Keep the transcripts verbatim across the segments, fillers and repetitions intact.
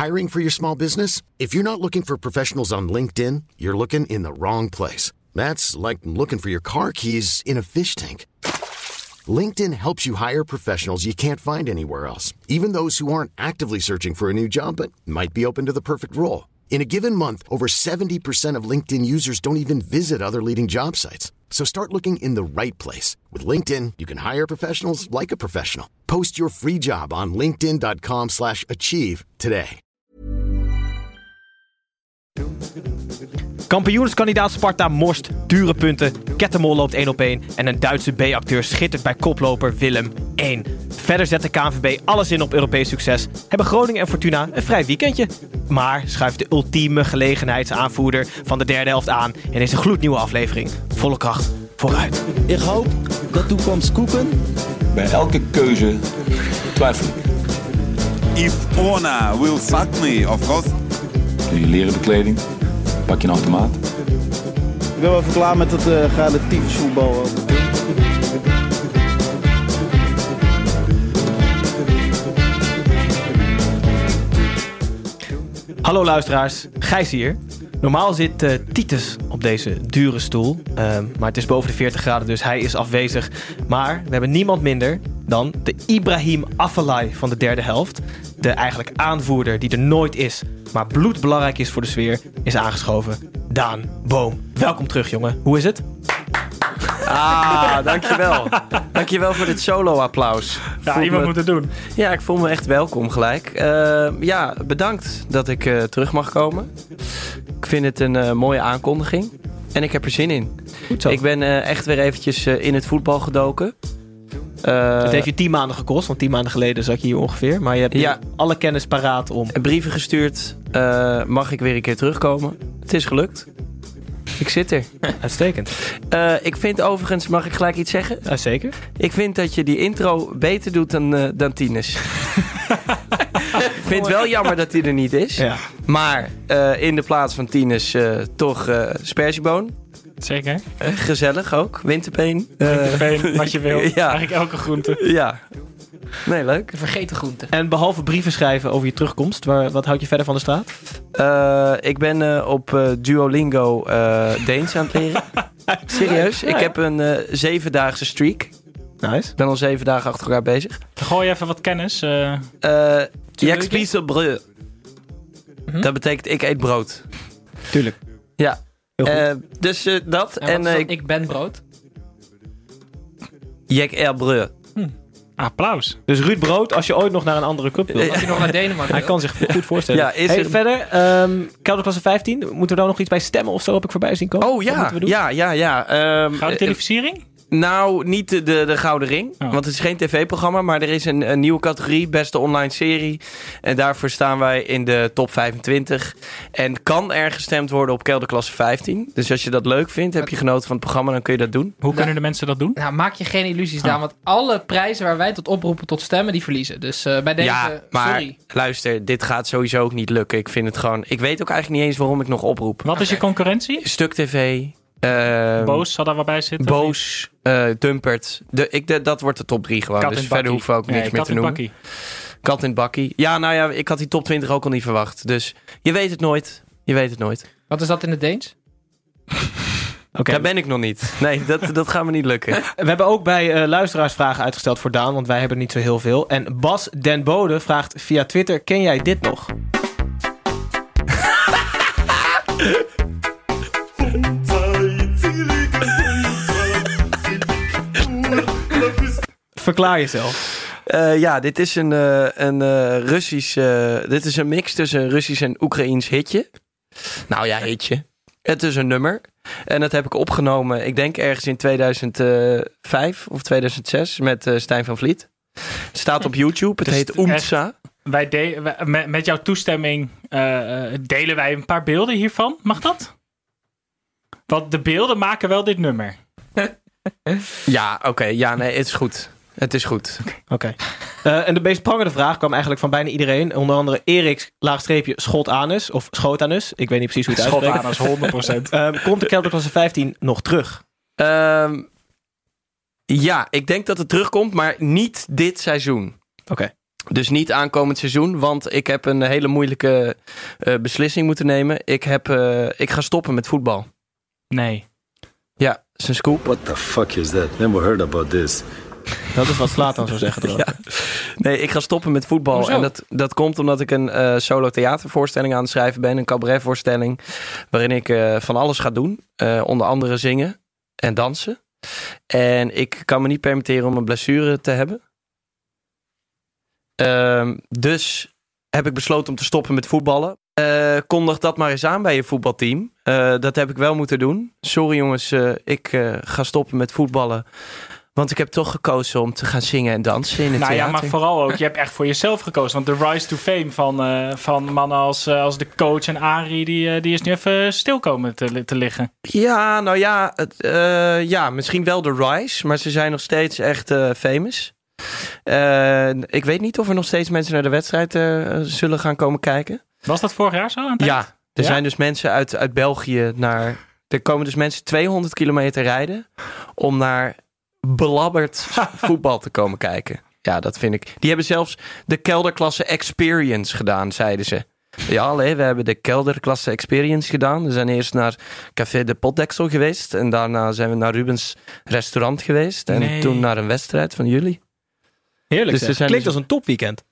Hiring for your small business? If you're not looking for professionals on LinkedIn, you're looking in the wrong place. That's like looking for your car keys in a fish tank. LinkedIn helps you hire professionals you can't find anywhere else, even those who aren't actively searching for a new job but might be open to the perfect role. In a given month, over seventy percent of LinkedIn users don't even visit other leading job sites. So start looking in the right place. With LinkedIn, you can hire professionals like a professional. Post your free job on linkedin.com slash achieve today. Kampioenskandidaat Sparta morst dure punten. Kettemol loopt één op één. En een Duitse B-acteur schittert bij koploper Willem één. Verder zet de K N V B alles in op Europees succes. Hebben Groningen en Fortuna een vrij weekendje. Maar schuift de ultieme gelegenheidsaanvoerder van de derde helft aan in deze gloednieuwe aflevering. Volle kracht vooruit. Ik hoop dat toekomst koeken. Bij elke keuze twijfel ik. If Ona will suck me, of course. Jullie leren bekleding. Pak je een automaat. Ik ben wel even klaar met het uh, relatief voetbal. Hallo luisteraars, Gijs hier. Normaal zit uh, Titus op deze dure stoel. Uh, maar het is boven de veertig graden, dus hij is afwezig. Maar we hebben niemand minder dan de Ibrahim Afellay van de derde helft. De eigenlijk aanvoerder die er nooit is, maar bloedbelangrijk is voor de sfeer, is aangeschoven. Daan Boom. Welkom terug, jongen. Hoe is het? Ah, dankjewel. Dankjewel voor dit solo-applaus. Ja, voel iemand me... moet het doen. Ja, ik voel me echt welkom gelijk. Uh, ja, bedankt dat ik uh, terug mag komen. Ik vind het een uh, mooie aankondiging. En ik heb er zin in. Goed zo. Ik ben uh, echt weer eventjes uh, in het voetbal gedoken. Uh, het heeft je tien maanden gekost, want tien maanden geleden zat je hier ongeveer. Maar je hebt ja, alle kennis paraat om... brieven gestuurd. Uh, mag ik weer een keer terugkomen? Het is gelukt. Ik zit er. Uitstekend. Uh, ik vind overigens, mag ik gelijk iets zeggen? Uh, zeker. Ik vind dat je die intro beter doet dan, uh, dan Tinus. Ik vind het wel jammer dat hij er niet is. Ja. Maar uh, in de plaats van Tinus uh, toch uh, sperzieboon. Zeker. Uh, gezellig ook. Winterpeen. Uh, Winterpeen, wat je wil. Ja. Eigenlijk elke groente. Ja. Nee, leuk. De vergeten groente. En behalve brieven schrijven over je terugkomst, waar, wat houd je verder van de straat? Uh, ik ben uh, op uh, Duolingo uh, Deens aan het leren. Serieus. Ik heb een uh, zevendaagse streak. Nice. Ik ben al zeven dagen achter elkaar bezig. Gooi even wat kennis. Uh, uh, J'explique breu. Mm-hmm. Dat betekent ik eet brood. Tuurlijk. Ja. Uh, dus uh, dat. En, en uh, ik, ik ben brood. Jek er breu. Hm. Applaus. Dus Ruud Brood, als je ooit nog naar een andere club wil. Als je nog naar Denemarken Hij kan zich goed voorstellen. Ja, is hey, er... Verder, um, kelderklasse vijftien. Moeten we daar nog iets bij stemmen of zo? Heb ik voorbij zien komen? Oh ja, ja, ja, ja. Um, Gouden televisiering? Nou, niet de, de, de Gouden Ring. Oh. Want het is geen tv-programma. Maar er is een, een nieuwe categorie. Beste online serie. En daarvoor staan wij in de top vijfentwintig. En kan er gestemd worden op kelderklasse vijftien. Dus als je dat leuk vindt, heb je genoten van het programma, dan kun je dat doen. Hoe kunnen de mensen dat doen? Nou, maak je geen illusies, Daan. Want alle prijzen waar wij tot oproepen tot stemmen, die verliezen. Dus uh, bij deze, ja, maar sorry. Luister, dit gaat sowieso ook niet lukken. Ik vind het gewoon... Ik weet ook eigenlijk niet eens waarom ik nog oproep. Wat is okay. je concurrentie? Stuk T V... Uh, Boos zal daar wel bij zitten? Boos, uh, Dumpert. De, ik, de, dat wordt de top drie gewoon. Kat dus verder hoeven we ook niks nee, meer te noemen. Bakkie. Kat in bakkie. Ja, nou ja, ik had die top twintig ook al niet verwacht. Dus je weet het nooit. Je weet het nooit. Wat is dat in het Deens? Okay. Daar ben ik nog niet. Nee, dat, dat gaat me niet lukken. We hebben ook bij uh, luisteraars vragen uitgesteld voor Daan, want wij hebben niet zo heel veel. En Bas Den Bode vraagt via Twitter, ken jij dit nog? Verklaar jezelf. Uh, ja, dit is een, uh, een uh, Russisch... Uh, dit is een mix tussen een Russisch en Oekraïens hitje. Nou ja, hitje. Het is een nummer. En dat heb ik opgenomen, ik denk ergens in tweeduizend vijf of tweeduizend zes met uh, Stijn van Vliet. Het staat op YouTube. Het dus heet Oemtsa. Wij de- wij, met, met jouw toestemming uh, delen wij een paar beelden hiervan. Mag dat? Want de beelden maken wel dit nummer. Ja, oké. Okay, ja, nee, het is goed. Het is goed. Oké. Okay. Uh, en de meest prangende vraag kwam eigenlijk van bijna iedereen. Onder andere Erik, laagstreepje, Schotanus. Of Schotanus. Ik weet niet precies hoe het uitspreekt. Schotanus, honderd procent. uh, komt de kelderklasse vijftien nog terug? Um, ja, ik denk dat het terugkomt, maar niet dit seizoen. Oké. Okay. Dus niet aankomend seizoen, want ik heb een hele moeilijke uh, beslissing moeten nemen. Ik, heb, uh, ik ga stoppen met voetbal. Nee. Ja, dat is een scoop. What the fuck is that? Never heard about this. Dat is wat Zlatan zou zeggen. Ja. Nee, ik ga stoppen met voetbal. Hoezo? En dat, dat komt omdat ik een uh, solo theatervoorstelling aan het schrijven ben. Een cabaretvoorstelling. Waarin ik uh, van alles ga doen. Uh, onder andere zingen en dansen. En ik kan me niet permitteren om een blessure te hebben. Uh, dus heb ik besloten om te stoppen met voetballen. Uh, kondig dat maar eens aan bij je voetbalteam. Uh, dat heb ik wel moeten doen. Sorry jongens, uh, ik uh, ga stoppen met voetballen. Want ik heb toch gekozen om te gaan zingen en dansen in het nou theater. ja, maar vooral ook, je hebt echt voor jezelf gekozen. Want de rise to fame van, uh, van mannen als, uh, als de coach en Arie, die, uh, die is nu even stil komen te, te liggen. Ja, nou ja, het, uh, ja, misschien wel de rise. Maar ze zijn nog steeds echt uh, famous. Uh, ik weet niet of er nog steeds mensen naar de wedstrijd uh, zullen gaan komen kijken. Was dat vorig jaar zo aan het Ja, eind? er Ja? zijn dus mensen uit, uit België naar... Er komen dus mensen tweehonderd kilometer rijden om naar belabberd voetbal te komen kijken. Ja, dat vind ik. Die hebben zelfs de kelderklasse experience gedaan, zeiden ze. Ja, allee, we hebben de kelderklasse experience gedaan. We zijn eerst naar Café de Potdeksel geweest. En daarna zijn we naar Rubens restaurant geweest. En Nee. toen naar een wedstrijd van jullie. Heerlijk. Dus Dus er zijn Klinkt dus- als een topweekend.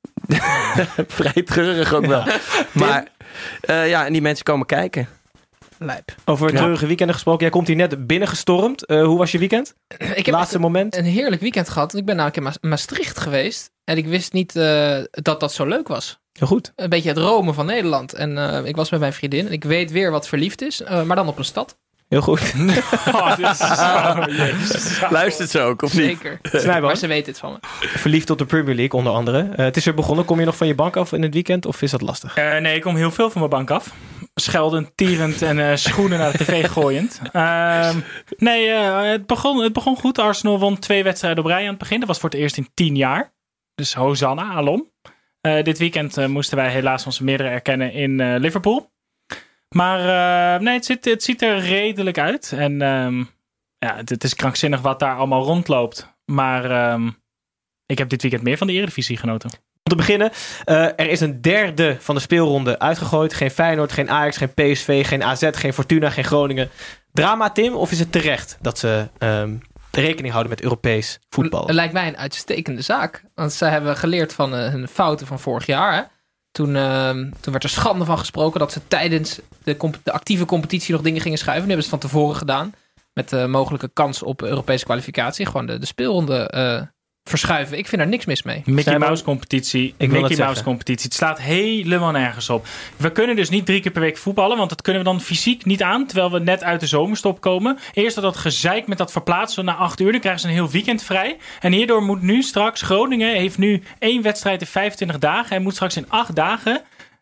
Vrij treurig ook wel. Maar uh, ja, en die mensen komen kijken. Lijp. Over Ja. treurige weekenden gesproken. Jij komt hier net binnengestormd. Uh, hoe was je weekend? Ik heb Laatste moment. een heerlijk weekend gehad. Want ik ben namelijk in Ma- Maastricht geweest. En ik wist niet uh, dat dat zo leuk was. Heel goed. Een beetje het Rome van Nederland. En uh, ik was met mijn vriendin. En ik weet weer wat verliefd is. Uh, maar dan op een stad. Heel goed. Oh, dit is zo, jezus. Luistert ze ook, of niet? Zeker. Snijboom. Maar ze weet het van me. Verliefd op de Premier League onder andere. Uh, het is weer begonnen. Kom je nog van je bank af in het weekend? Of is dat lastig? Uh, nee, ik kom heel veel van mijn bank af. Scheldend, tierend en uh, schoenen naar de tv gooiend. Uh, nee, uh, het, begon, het begon goed. Arsenal won twee wedstrijden op rij aan het begin. Dat was voor het eerst in tien jaar. Dus Hosanna, alom. Uh, dit weekend uh, moesten wij helaas onze meerdere erkennen in uh, Liverpool. Maar uh, nee, het, zit, het ziet er redelijk uit. En um, ja, het, het is krankzinnig wat daar allemaal rondloopt. Maar um, ik heb dit weekend meer van de Eredivisie genoten. Om te beginnen, uh, er is een derde van de speelronde uitgegooid. Geen Feyenoord, geen Ajax, geen P S V, geen A Z, geen Fortuna, geen Groningen. Drama, Tim? Of is het terecht dat ze um, rekening houden met Europees voetbal? Het lijkt mij een uitstekende zaak. Want zij hebben geleerd van uh, hun fouten van vorig jaar. Hè? Toen, uh, toen werd er schande van gesproken dat ze tijdens de, comp- de actieve competitie nog dingen gingen schuiven. Nu hebben ze het van tevoren gedaan. Met de mogelijke kans op Europese kwalificatie. Gewoon de, de speelronde uh, verschuiven. Ik vind er niks mis mee. Mickey Zijn we- Mouse competitie. Ik wil Mickey het Mouse zeggen. competitie. Het slaat helemaal nergens op. We kunnen dus niet drie keer per week voetballen. Want dat kunnen we dan fysiek niet aan. Terwijl we net uit de zomerstop komen. Eerst dat dat gezeik met dat verplaatsen na acht uur. Dan krijgen ze een heel weekend vrij. En hierdoor moet nu straks Groningen. Heeft nu één wedstrijd in vijfentwintig dagen. En moet straks in acht dagen.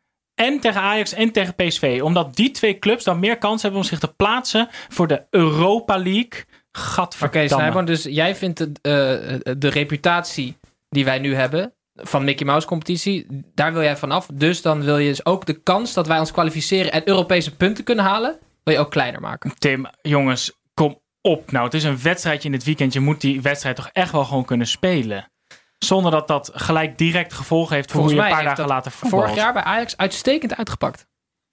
En tegen Ajax en tegen P S V. Omdat die twee clubs dan meer kans hebben om zich te plaatsen voor de Europa League. Oké, Gadverdamme. Snijboom, dus jij vindt de, uh, de reputatie die wij nu hebben van Mickey Mouse competitie, daar wil jij vanaf. Dus dan wil je dus ook de kans dat wij ons kwalificeren en Europese punten kunnen halen, wil je ook kleiner maken. Tim, jongens, kom op. Nou, het is een wedstrijdje in het weekend. Je moet die wedstrijd toch echt wel gewoon kunnen spelen. Zonder dat dat gelijk direct gevolgen heeft voor Volgens hoe je een mij paar heeft dagen dat later voetbalt. Vorig jaar bij Ajax uitstekend uitgepakt.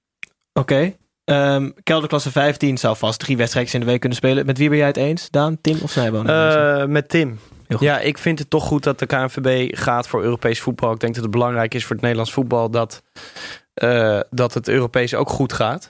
Oké. Okay. Um, kelderklasse vijftien zou vast drie wedstrijdjes in de week kunnen spelen. Met wie ben jij het eens? Daan, Tim of Snijboom? Uh, met Tim. Heel goed. Ja, ik vind het toch goed dat de K N V B gaat voor Europees voetbal. Ik denk dat het belangrijk is voor het Nederlands voetbal dat, uh, dat het Europees ook goed gaat.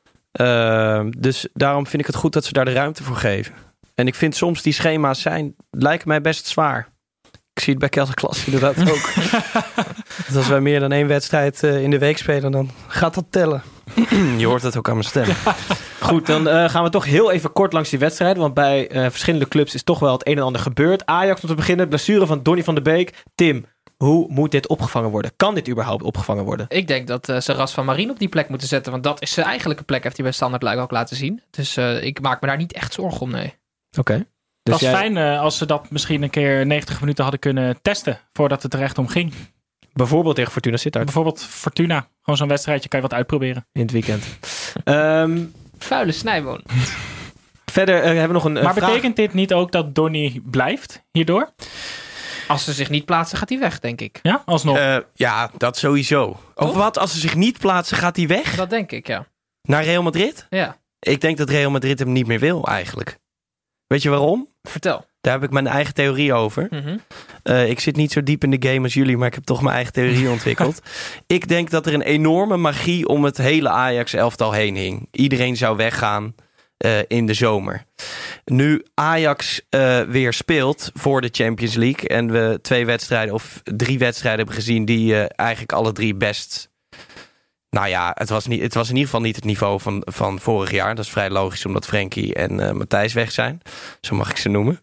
Uh, dus daarom vind ik het goed dat ze daar de ruimte voor geven. En ik vind soms die schema's zijn, lijken mij best zwaar. Ik zie het bij kelderklasse inderdaad ook. Dat als wij meer dan één wedstrijd uh, in de week spelen, dan gaat dat tellen. Je hoort het ook aan mijn stem. Goed, dan uh, gaan we toch heel even kort langs die wedstrijd. Want bij uh, verschillende clubs is toch wel het een en ander gebeurd. Ajax om te beginnen, blessure van Donny van de Beek. Tim, hoe moet dit opgevangen worden? Kan dit überhaupt opgevangen worden? Ik denk dat uh, ze Ras van Marien op die plek moeten zetten. Want dat is zijn eigenlijke plek, heeft hij bij Standard Luik ook laten zien. Dus uh, ik maak me daar niet echt zorgen om, nee. Oké. Okay. Het Dus was jij... fijn uh, als ze dat misschien een keer negentig minuten hadden kunnen testen. Voordat het er echt om ging. Bijvoorbeeld tegen Fortuna Sittard. Bijvoorbeeld Fortuna. Gewoon zo'n wedstrijdje kan je wat uitproberen. In het weekend. um, Vuile Snijboon. Verder uh, hebben we nog een uh, Maar vraag. betekent dit niet ook dat Donny blijft hierdoor? Als ze zich niet plaatsen, gaat hij weg, denk ik. Ja, alsnog. Uh, ja, dat sowieso. Of wat? Als ze zich niet plaatsen, gaat hij weg? Dat denk ik, ja. Naar Real Madrid? Ja. Ik denk dat Real Madrid hem niet meer wil, eigenlijk. Weet je waarom? Vertel. Daar heb ik mijn eigen theorie over. Mm-hmm. Uh, ik zit niet zo diep in de game als jullie, maar ik heb toch mijn eigen theorie ontwikkeld. Ik denk dat er een enorme magie om het hele Ajax-elftal heen hing. Iedereen zou weggaan uh, in de zomer. Nu Ajax uh, weer speelt voor de Champions League en we twee wedstrijden of drie wedstrijden hebben gezien die uh, eigenlijk alle drie best... Nou ja, het was, niet, het was in ieder geval niet het niveau van, van vorig jaar. Dat is vrij logisch omdat Frenkie en uh, Matthijs weg zijn. Zo mag ik ze noemen.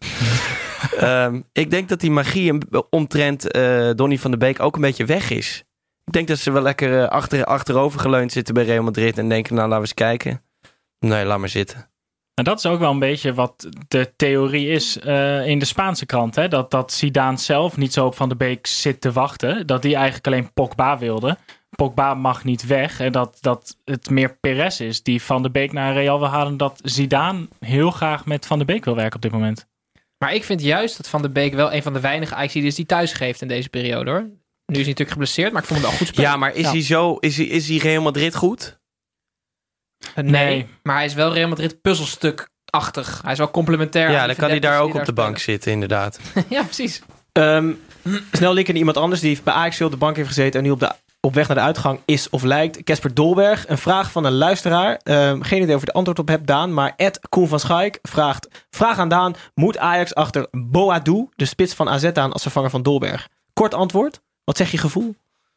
um, ik denk dat die magie omtrent uh, Donny van de Beek ook een beetje weg is. Ik denk dat ze wel lekker uh, achter, achterover geleund zitten bij Real Madrid en denken, nou laten we eens kijken. Nee, laat maar zitten. En dat is ook wel een beetje wat de theorie is uh, in de Spaanse krant. Hè? Dat, dat Zidane zelf niet zo op Van de Beek zit te wachten. Dat hij eigenlijk alleen Pogba wilde. Pogba mag niet weg. En dat, dat het meer Perez is die Van de Beek naar Real wil halen. Dat Zidane heel graag met Van de Beek wil werken op dit moment. Maar ik vind juist dat Van de Beek wel een van de weinige Ajaxiden is die thuis geeft in deze periode, hoor. Nu is hij natuurlijk geblesseerd, maar ik vond hem wel goed spelen. Ja, maar is ja. hij zo... Is hij, is hij Real Madrid goed? Nee, nee, maar hij is wel Real Madrid puzzelstukachtig. Hij is wel complementair. Ja, dan kan hij daar ook daar op de bank spelen. zitten, inderdaad. Ja, precies. Um, snel linken iemand anders die bij Ajax op de bank heeft gezeten en nu op, de, op weg naar de uitgang is of lijkt. Casper Dolberg. Een vraag van een luisteraar. Um, geen idee of je er antwoord op hebt, Daan. Maar Ed Koen van Schaik vraagt... Vraag aan Daan. Moet Ajax achter Boadou, de spits van A Z, aan als vervanger van Dolberg? Kort antwoord. Wat zeg je gevoel?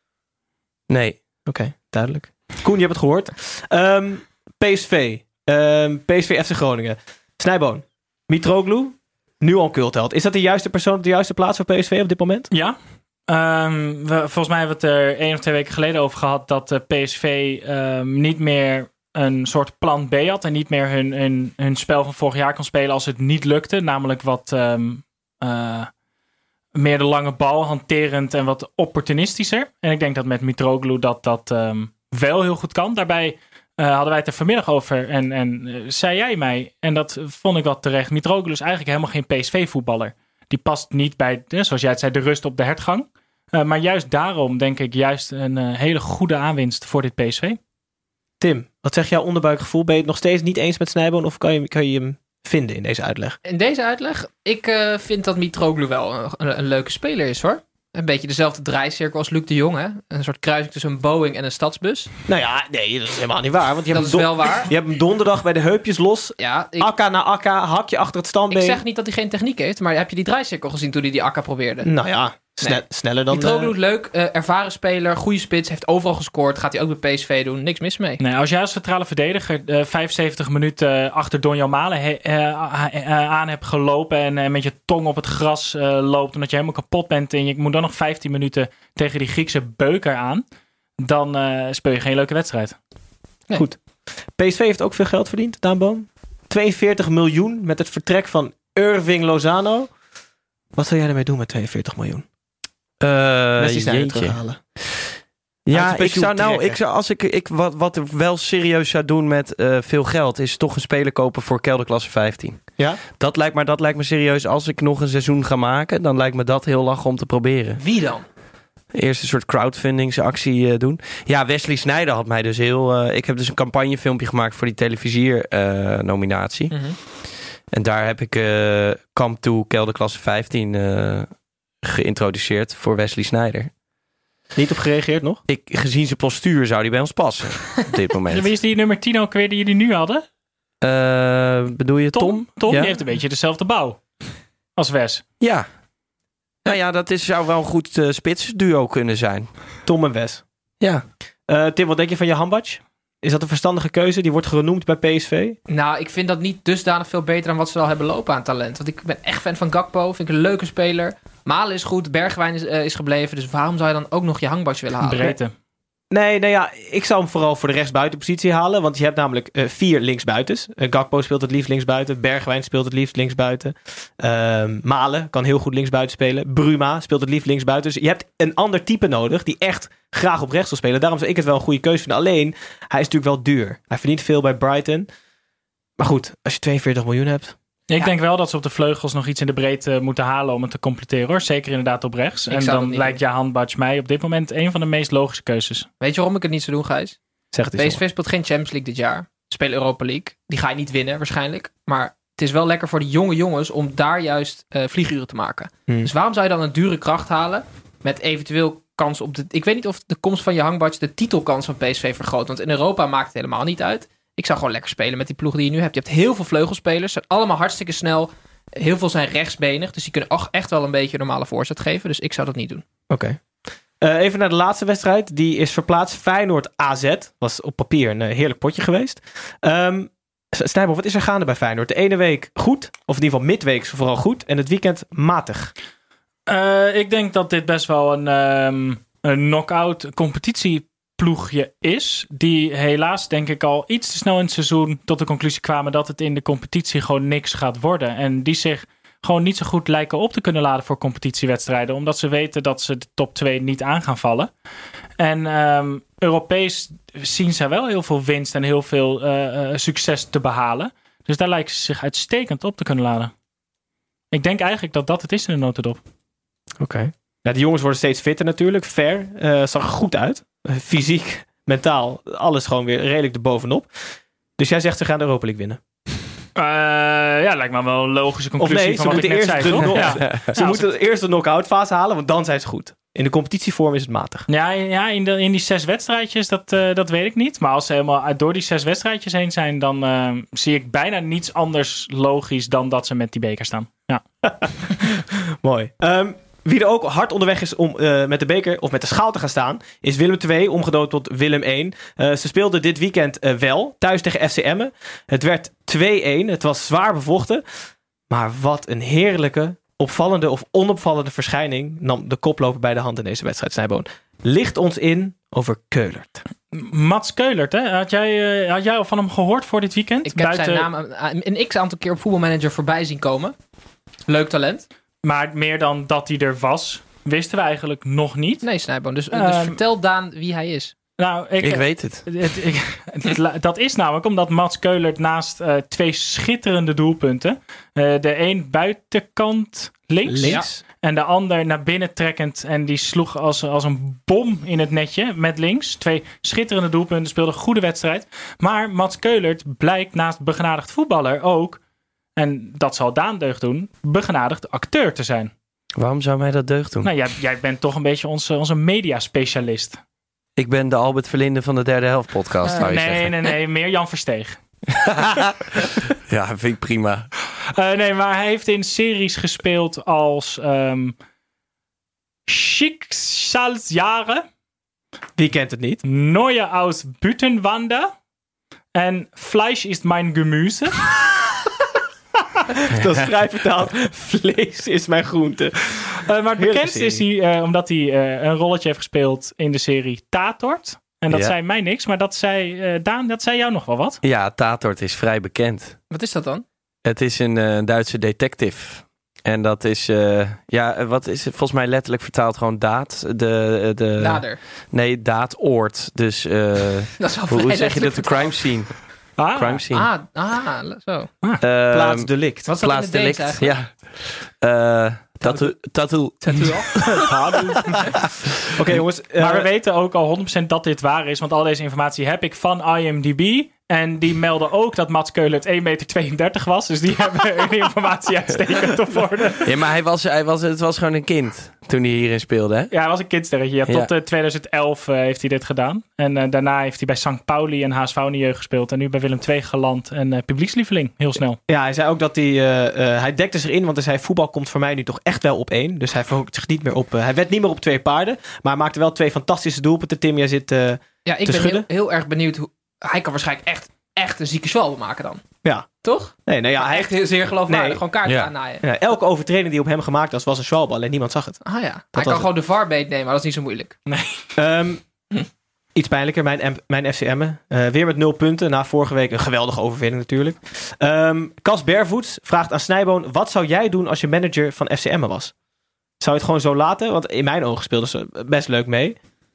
Nee. Oké, okay, duidelijk. Koen, je hebt het gehoord. Um, P S V. Um, P S V F C Groningen. Snijboon. Mitroglou. Nu al cultheld. Is dat de juiste persoon op de juiste plaats voor P S V op dit moment? Ja. Um, we, volgens mij hebben we het er één of twee weken geleden over gehad dat de P S V um, niet meer een soort plan B had en niet meer hun, hun, hun spel van vorig jaar kon spelen als het niet lukte. Namelijk wat um, uh, meer de lange bal, hanterend en wat opportunistischer. En ik denk dat met Mitroglou dat dat um, wel heel goed kan. Daarbij Uh, hadden wij het er vanmiddag over en, en uh, zei jij mij, en dat vond ik wel terecht, Mitroglou is eigenlijk helemaal geen P S V-voetballer. Die past niet bij, uh, zoals jij het zei, de rust op de hertgang. Uh, maar juist daarom denk ik juist een uh, hele goede aanwinst voor dit P S V. Tim, wat zegt jouw onderbuikgevoel? Ben je het nog steeds niet eens met Snijboon of kan je, kan je hem vinden in deze uitleg? In deze uitleg? Ik uh, vind dat Mitroglou wel een, een, een leuke speler is, hoor. Een beetje dezelfde draaicirkel als Luc de Jong, hè? Een soort kruising tussen een Boeing en een stadsbus. Nou ja, nee, dat is helemaal niet waar. Want je dat hebt is don- wel waar. Je hebt hem donderdag bij de heupjes los. Ja, ik, akka na akka, hakje achter het standbeen. Ik zeg niet dat hij geen techniek heeft, maar heb je die draaicirkel gezien toen hij die akka probeerde? Nou ja, sne- nee. sneller dan... Mitroglou uh... leuk, uh, ervaren speler, goede spits, heeft overal gescoord. Gaat hij ook bij P S V doen, niks mis mee. Nee, als jij als centrale verdediger uh, vijfenzeventig minuten uh, achter Donjan Malen he- uh, uh, uh, aan hebt gelopen en uh, met je tong op het gras uh, loopt omdat je helemaal kapot bent en je moet dan nog vijftien minuten tegen die Griekse beuker aan, dan uh, speel je geen leuke wedstrijd. Nee. Goed. P S V heeft ook veel geld verdiend, Daan Boom. tweeënveertig miljoen met het vertrek van Irving Lozano. Wat zou jij ermee doen met tweeënveertig miljoen? Uh, Messi zijn terughalen. Ja, ik zou nou, ik zou, als ik, ik wat, wat ik wel serieus zou doen met uh, veel geld, is toch een speler kopen voor kelderklasse vijftien. Ja? Dat lijkt, maar dat lijkt me serieus. Als ik nog een seizoen ga maken, dan lijkt me dat heel lachen om te proberen. Wie dan? Eerst een soort crowdfundingsactie uh, doen. Ja, Wesley Sneijder had mij dus heel... Uh, ik heb dus een campagnefilmpje gemaakt voor die televisier-nominatie. Uh, mm-hmm. En daar heb ik uh, Kamp toe kelderklasse vijftien uh, geïntroduceerd voor Wesley Sneijder. Niet op gereageerd nog? Ik, gezien zijn postuur zou die bij ons passen op dit moment. Wie is die nummer tien ook weer die jullie nu hadden? Uh, bedoel je Tom? Tom, Tom ja? Die heeft een beetje dezelfde bouw als Wes. Ja. Nou ja, dat is, zou wel een goed uh, spitsduo kunnen zijn. Tom en Wes. Ja. Uh, Tim, wat denk je van Jahanbac? Is dat een verstandige keuze? Die wordt genoemd bij P S V. Nou, ik vind dat niet dusdanig veel beter dan wat ze al hebben lopen aan talent. Want ik ben echt fan van Gakpo. Vind ik een leuke speler. Malen is goed. Bergwijn is, uh, is gebleven. Dus waarom zou je dan ook nog je Jahanbac willen halen? Breedte. Nee, nou ja, ik zou hem vooral voor de rechtsbuitenpositie halen. Want je hebt namelijk uh, vier linksbuitens. Uh, Gakpo speelt het liefst linksbuiten. Bergwijn speelt het liefst linksbuiten. Uh, Malen kan heel goed linksbuiten spelen. Bruma speelt het liefst linksbuiten. Dus je hebt een ander type nodig die echt graag op rechts wil spelen. Daarom zou ik het wel een goede keuze vinden. Alleen, hij is natuurlijk wel duur. Hij verdient veel bij Brighton. Maar goed, als je tweeënveertig miljoen hebt, Ik Ja. denk wel dat ze op de vleugels nog iets in de breedte moeten halen om het te completeren, hoor. Zeker inderdaad op rechts. Ik en zou dat dan niet lijkt Jahan Badge mij op dit moment een van de meest logische keuzes. Weet je waarom ik het niet zou doen, Gijs? Zeg het eens. P S V speelt geen Champions League dit jaar. Spelen Europa League. Die ga je niet winnen waarschijnlijk. Maar het is wel lekker voor de jonge jongens om daar juist uh, vlieguren te maken. Hmm. Dus waarom zou je dan een dure kracht halen met eventueel kans op de... Ik weet niet of de komst van Jahan Badge de titelkans van P S V vergroot. Want in Europa maakt het helemaal niet uit. Ik zou gewoon lekker spelen met die ploeg die je nu hebt. Je hebt heel veel vleugelspelers. Ze zijn allemaal hartstikke snel. Heel veel zijn rechtsbenig. Dus die kunnen ook echt wel een beetje een normale voorzet geven. Dus ik zou dat niet doen. Oké. Okay. Uh, even naar de laatste wedstrijd. Die is verplaatst. Feyenoord A Z. Was op papier een uh, heerlijk potje geweest. Um, Snijboom, wat is er gaande bij Feyenoord? De ene week goed. Of in ieder geval midweeks vooral goed. En het weekend matig. Uh, ik denk dat dit best wel een, um, een knock-out competitieploegje is. Die helaas denk ik al iets te snel in het seizoen tot de conclusie kwamen dat het in de competitie gewoon niks gaat worden. En die zich gewoon niet zo goed lijken op te kunnen laden voor competitiewedstrijden. Omdat ze weten dat ze de top twee niet aan gaan vallen. En um, Europees zien ze wel heel veel winst en heel veel uh, uh, succes te behalen. Dus daar lijken ze zich uitstekend op te kunnen laden. Ik denk eigenlijk dat dat het is in de notendop. Oké. Okay. Ja, de jongens worden steeds fitter natuurlijk. Ver uh, zag er goed uit. Uh, fysiek, mentaal, alles gewoon weer redelijk erbovenop. Dus jij zegt ze gaan de Europa League winnen. Uh, ja, lijkt me wel een logische conclusie of nee, van wat ik net eerst zei, de toch? no- Ja. Ze ja, moeten eerst de knock-out fase halen, want dan zijn ze goed. In de competitievorm is het matig. Ja, ja in, de, in die zes wedstrijdjes, dat, uh, dat weet ik niet. Maar als ze helemaal door die zes wedstrijdjes heen zijn, dan uh, zie ik bijna niets anders logisch dan dat ze met die beker staan. Ja. Mooi. Um, Wie er ook hard onderweg is om uh, met de beker of met de schaal te gaan staan, is Willem twee, omgedoopt tot Willem één. Uh, ze speelden dit weekend uh, wel, thuis tegen F C Emmen. Het werd twee-een, het was zwaar bevochten. Maar wat een heerlijke, opvallende of onopvallende verschijning nam de koploper bij de hand in deze wedstrijd, Snijboon. Licht ons in over Keulert. Mats Keulert, hè? Had jij, uh, had jij al van hem gehoord voor dit weekend? Ik heb Buiten... zijn naam een, een x-aantal keer op Voetbalmanager voorbij zien komen. Leuk talent. Maar meer dan dat hij er was, wisten we eigenlijk nog niet. Nee, Snijboon. Dus, Um, dus vertel Daan wie hij is. Nou, ik, Ik weet het. het, ik, het. Dat is namelijk omdat Mats Keulert naast uh, twee schitterende doelpunten, uh, de een buitenkant links, links. Ja, en de ander naar binnen trekkend. En die sloeg als, als een bom in het netje met links. Twee schitterende doelpunten, speelde een goede wedstrijd. Maar Mats Keulert blijkt naast begenadigd voetballer ook, en dat zal Daan deugd doen, begenadigd acteur te zijn. Waarom zou mij dat deugd doen? Nou, jij, jij bent toch een beetje onze, onze mediaspecialist. Ik ben de Albert Verlinde van de Derde Helft podcast, Uh, zou je nee, zeggen. nee, nee, meer Jan Versteeg. Ja, vind ik prima. Uh, nee, maar hij heeft in series gespeeld als um, Schicksalsjahre. Wie kent het niet? Neue aus Büttenwander. En Fleisch ist mein Gemüse. Dat is vrij vertaald. Vlees is mijn groente. Uh, maar het bekendste is hij, uh, omdat hij uh, een rolletje heeft gespeeld in de serie Tatort. En dat Ja. zei mij niks, maar dat zei uh, Daan, dat zei jou nog wel wat. Ja, Tatort is vrij bekend. Wat is dat dan? Het is een uh, Duitse detective. En dat is, uh, ja, wat is het volgens mij letterlijk vertaald gewoon daad? De, de, Dader. Nee, daadoord. Dus uh, Dat is wel hoe, hoe vrij zeg je dat? De letterlijk crime scene. Ah, Crime scene. Ah, ah, zo. Uh, Plaatsdelict. Wat is dat in het Deens plaatsdelict. eigenlijk? Ja. Uh, tattoo. Tattoo. Oké okay, jongens. Uh, Maar we weten ook al honderd procent dat dit waar is. Want al deze informatie heb ik van I M D B. En die melden ook dat Mats Keulert één meter tweeëndertig was. Dus die hebben hun informatie uitstekend op orde. Ja, maar hij was, hij was, het was gewoon een kind toen hij hierin speelde, hè? Ja, hij was een kindsterretje. Ja, tot Ja. uh, tweeduizend elf uh, heeft hij dit gedaan. En uh, daarna heeft hij bij Sankt Pauli en H S V in de jeugd gespeeld. En nu bij Willem twee geland. En uh, publiekslieveling, heel snel. Ja, hij zei ook dat hij... Uh, uh, hij dekte zich in, want hij zei... voetbal komt voor mij nu toch echt wel op één. Dus hij verhoogt zich niet meer op... Uh, hij werd niet meer op twee paarden. Maar hij maakte wel twee fantastische doelpunten. Tim, jij zit uh, Ja, ik te ben heel, schudden. heel erg benieuwd hoe... Hij kan waarschijnlijk echt, echt een zieke zwalbe maken dan. Ja. Toch? Nee, nou ja, Ja, hij echt heeft... heel zeer geloofwaardig. Nee. Gewoon kaarten Ja. aannaaien. Ja, elke overtreding die op hem gemaakt was, was een schwalbe. Alleen niemand zag het. Ah ja. Hij was kan het. gewoon de V A R beetnemen, maar dat is niet zo moeilijk. Um, iets pijnlijker, mijn, mijn F C Emmen. Uh, weer met nul punten. Na vorige week een geweldige overwinning natuurlijk. Um, Cas Bervoets vraagt aan Snijboon... wat zou jij doen als je manager van F C Emmen was? Zou je het gewoon zo laten? Want in mijn ogen speelden ze best leuk mee.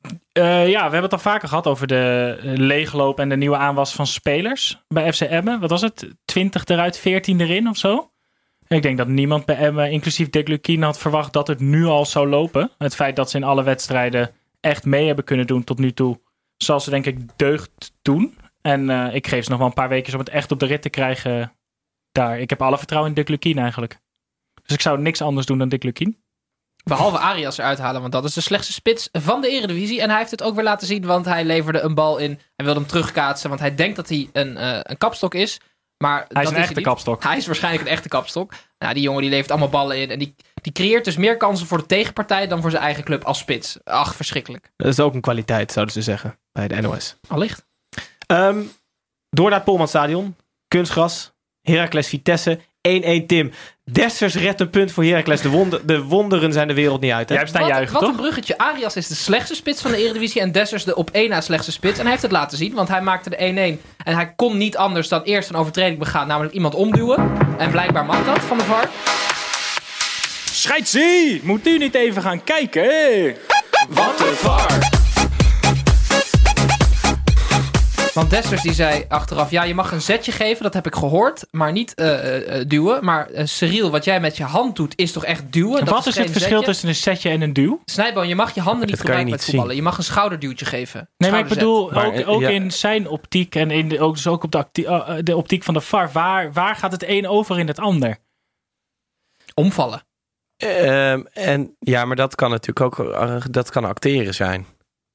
Uh, ja, we hebben het al vaker gehad over de leegloop en de nieuwe aanwas van spelers bij F C Emmen. Wat was het? twintig eruit, veertien erin of zo? Ik denk dat niemand bij Emmen, inclusief Dick Lukien, had verwacht dat het nu al zou lopen. Het feit dat ze in alle wedstrijden echt mee hebben kunnen doen tot nu toe, zal ze denk ik deugd doen. En uh, ik geef ze nog wel een paar weken om het echt op de rit te krijgen daar. Ik heb alle vertrouwen in Dick Lukien eigenlijk. Dus ik zou niks anders doen dan Dick Lukien. Behalve Arias eruit halen, want dat is de slechtste spits van de Eredivisie. En hij heeft het ook weer laten zien, want hij leverde een bal in. Hij wilde hem terugkaatsen, want hij denkt dat hij een, uh, een kapstok is. Maar hij dat is een is echte hij kapstok. Hij is waarschijnlijk een echte kapstok. Nou, die jongen die levert allemaal ballen in. En die, die creëert dus meer kansen voor de tegenpartij dan voor zijn eigen club als spits. Ach, verschrikkelijk. Dat is ook een kwaliteit, zouden ze zeggen, bij de N O S. Allicht. Um, door naar het Polmanstadion. Kunstgras. Heracles Vitesse. één-één Tim. Dessers redt een punt voor Heracles. De, wonder, de wonderen zijn de wereld niet uit. Hè? Jij hebt staan wat, juichen, wat toch? een bruggetje. Arias is de slechtste spits van de Eredivisie en Dessers de op één na slechtste spits. En hij heeft het laten zien, want hij maakte de één-één. En hij kon niet anders dan eerst een overtreding begaan, namelijk iemand omduwen. En blijkbaar mag dat van de V A R. Scheidsie! Moet u niet even gaan kijken? Hey. Wat een V A R! Want Dessers die zei achteraf, ja, je mag een zetje geven, dat heb ik gehoord, maar niet uh, uh, duwen. Maar uh, Cyril, wat jij met je hand doet, is toch echt duwen? Dat wat is, is het verschil zetje? tussen een zetje en een duw? Snijboon, je mag je handen niet dat gebruiken je met niet voetballen. zien. Je mag een schouderduwtje geven. Nee, maar ik bedoel, maar, ook, ook ja. in zijn optiek en in de, ook, dus ook op de, actie, uh, de optiek van de V A R, waar, waar gaat het een over in het ander? Omvallen. Um, en ja, maar dat kan natuurlijk ook uh, dat kan acteren zijn.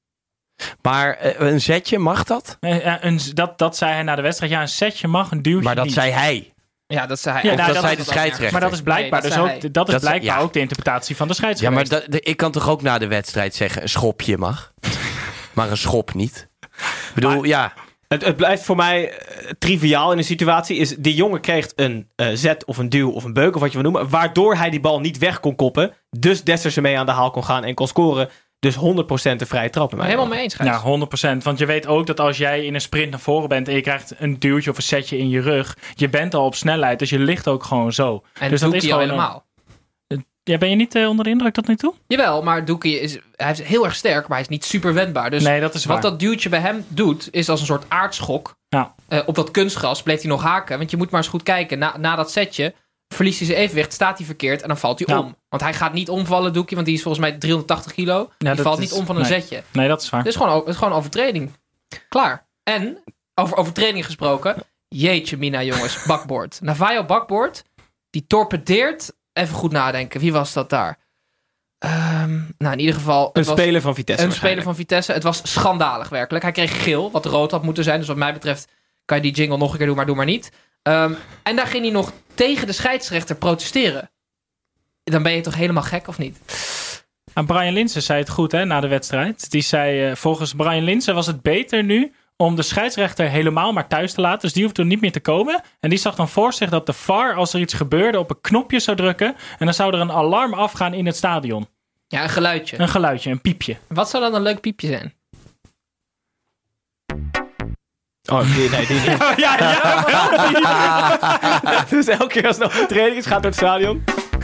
Maar uh, een zetje, mag dat? Uh, uh, een, dat? Dat zei hij na de wedstrijd. Ja, een setje mag, een duwtje Maar dat niet. zei hij. Ja, dat zei hij. Ja, of nou, dat, dat zei is de scheidsrechter. Maar dat is blijkbaar, Nee, dat dus zei ook, dat is Dat- blijkbaar ja. ook de interpretatie van de Ja, scheidsrechter. maar dat, de, ik kan toch ook na de wedstrijd zeggen, een schopje mag. Maar een schop niet. Ik bedoel, Maar- ja. Het, het blijft voor mij uh, triviaal in een situatie. Is die jongen kreeg een uh, zet of een duw of een beuk of wat je wil noemen. Waardoor hij die bal niet weg kon koppen. Dus Dessers ermee aan de haal kon gaan en kon scoren. Dus honderd procent een vrije trap. in mijn Helemaal ogen. mee eens, Gijs. Ja, honderd procent. Want je weet ook dat als jij in een sprint naar voren bent en je krijgt een duwtje of een setje in je rug, je bent al op snelheid, dus je ligt ook gewoon zo. En dus dat Doekie is al gewoon helemaal. Een, ja, ben je niet uh, onder de indruk tot nu toe? Jawel, maar Doekie is, hij is heel erg sterk, maar hij is niet super wendbaar. Dus nee, dat is waar. wat dat duwtje bij hem doet, is als een soort aardschok. Ja. Uh, op dat kunstgras bleef hij nog haken. Want je moet maar eens goed kijken. Na, na dat setje verliest hij zijn evenwicht, staat hij verkeerd en dan valt hij Ja. om. Want hij gaat niet omvallen, Doekie, want die is volgens mij driehonderdtachtig kilo. Ja, die dat valt is- niet om van een nee. zetje. Nee, dat is waar. Het is gewoon, het is gewoon een overtreding. Klaar. En, over overtreding gesproken, jeetje mina jongens, bakboord. Navajo bakboord, die torpedeert, even goed nadenken, wie was dat daar? Um, nou, in ieder geval... Een het was speler van Vitesse. Een speler van Vitesse. Het was schandalig werkelijk. Hij kreeg geel, wat rood had moeten zijn. Dus wat mij betreft kan je die jingle nog een keer doen, maar doe maar niet. Um, en daar ging hij nog tegen de scheidsrechter protesteren. Dan ben je toch helemaal gek, of niet? En Brian Linsen zei het goed hè, na de wedstrijd. Die zei, uh, volgens Brian Linsen was het beter nu om de scheidsrechter helemaal maar thuis te laten. Dus die hoeft er niet meer te komen. En die zag dan voor zich dat de V A R, als er iets gebeurde, op een knopje zou drukken. En dan zou er een alarm afgaan in het stadion. Ja, een geluidje. Een geluidje, een piepje. Wat zou dan een leuk piepje zijn? Oh, die, nee, die niet. ja, ja. Dus elke keer als er nog een training is, gaat door het stadion.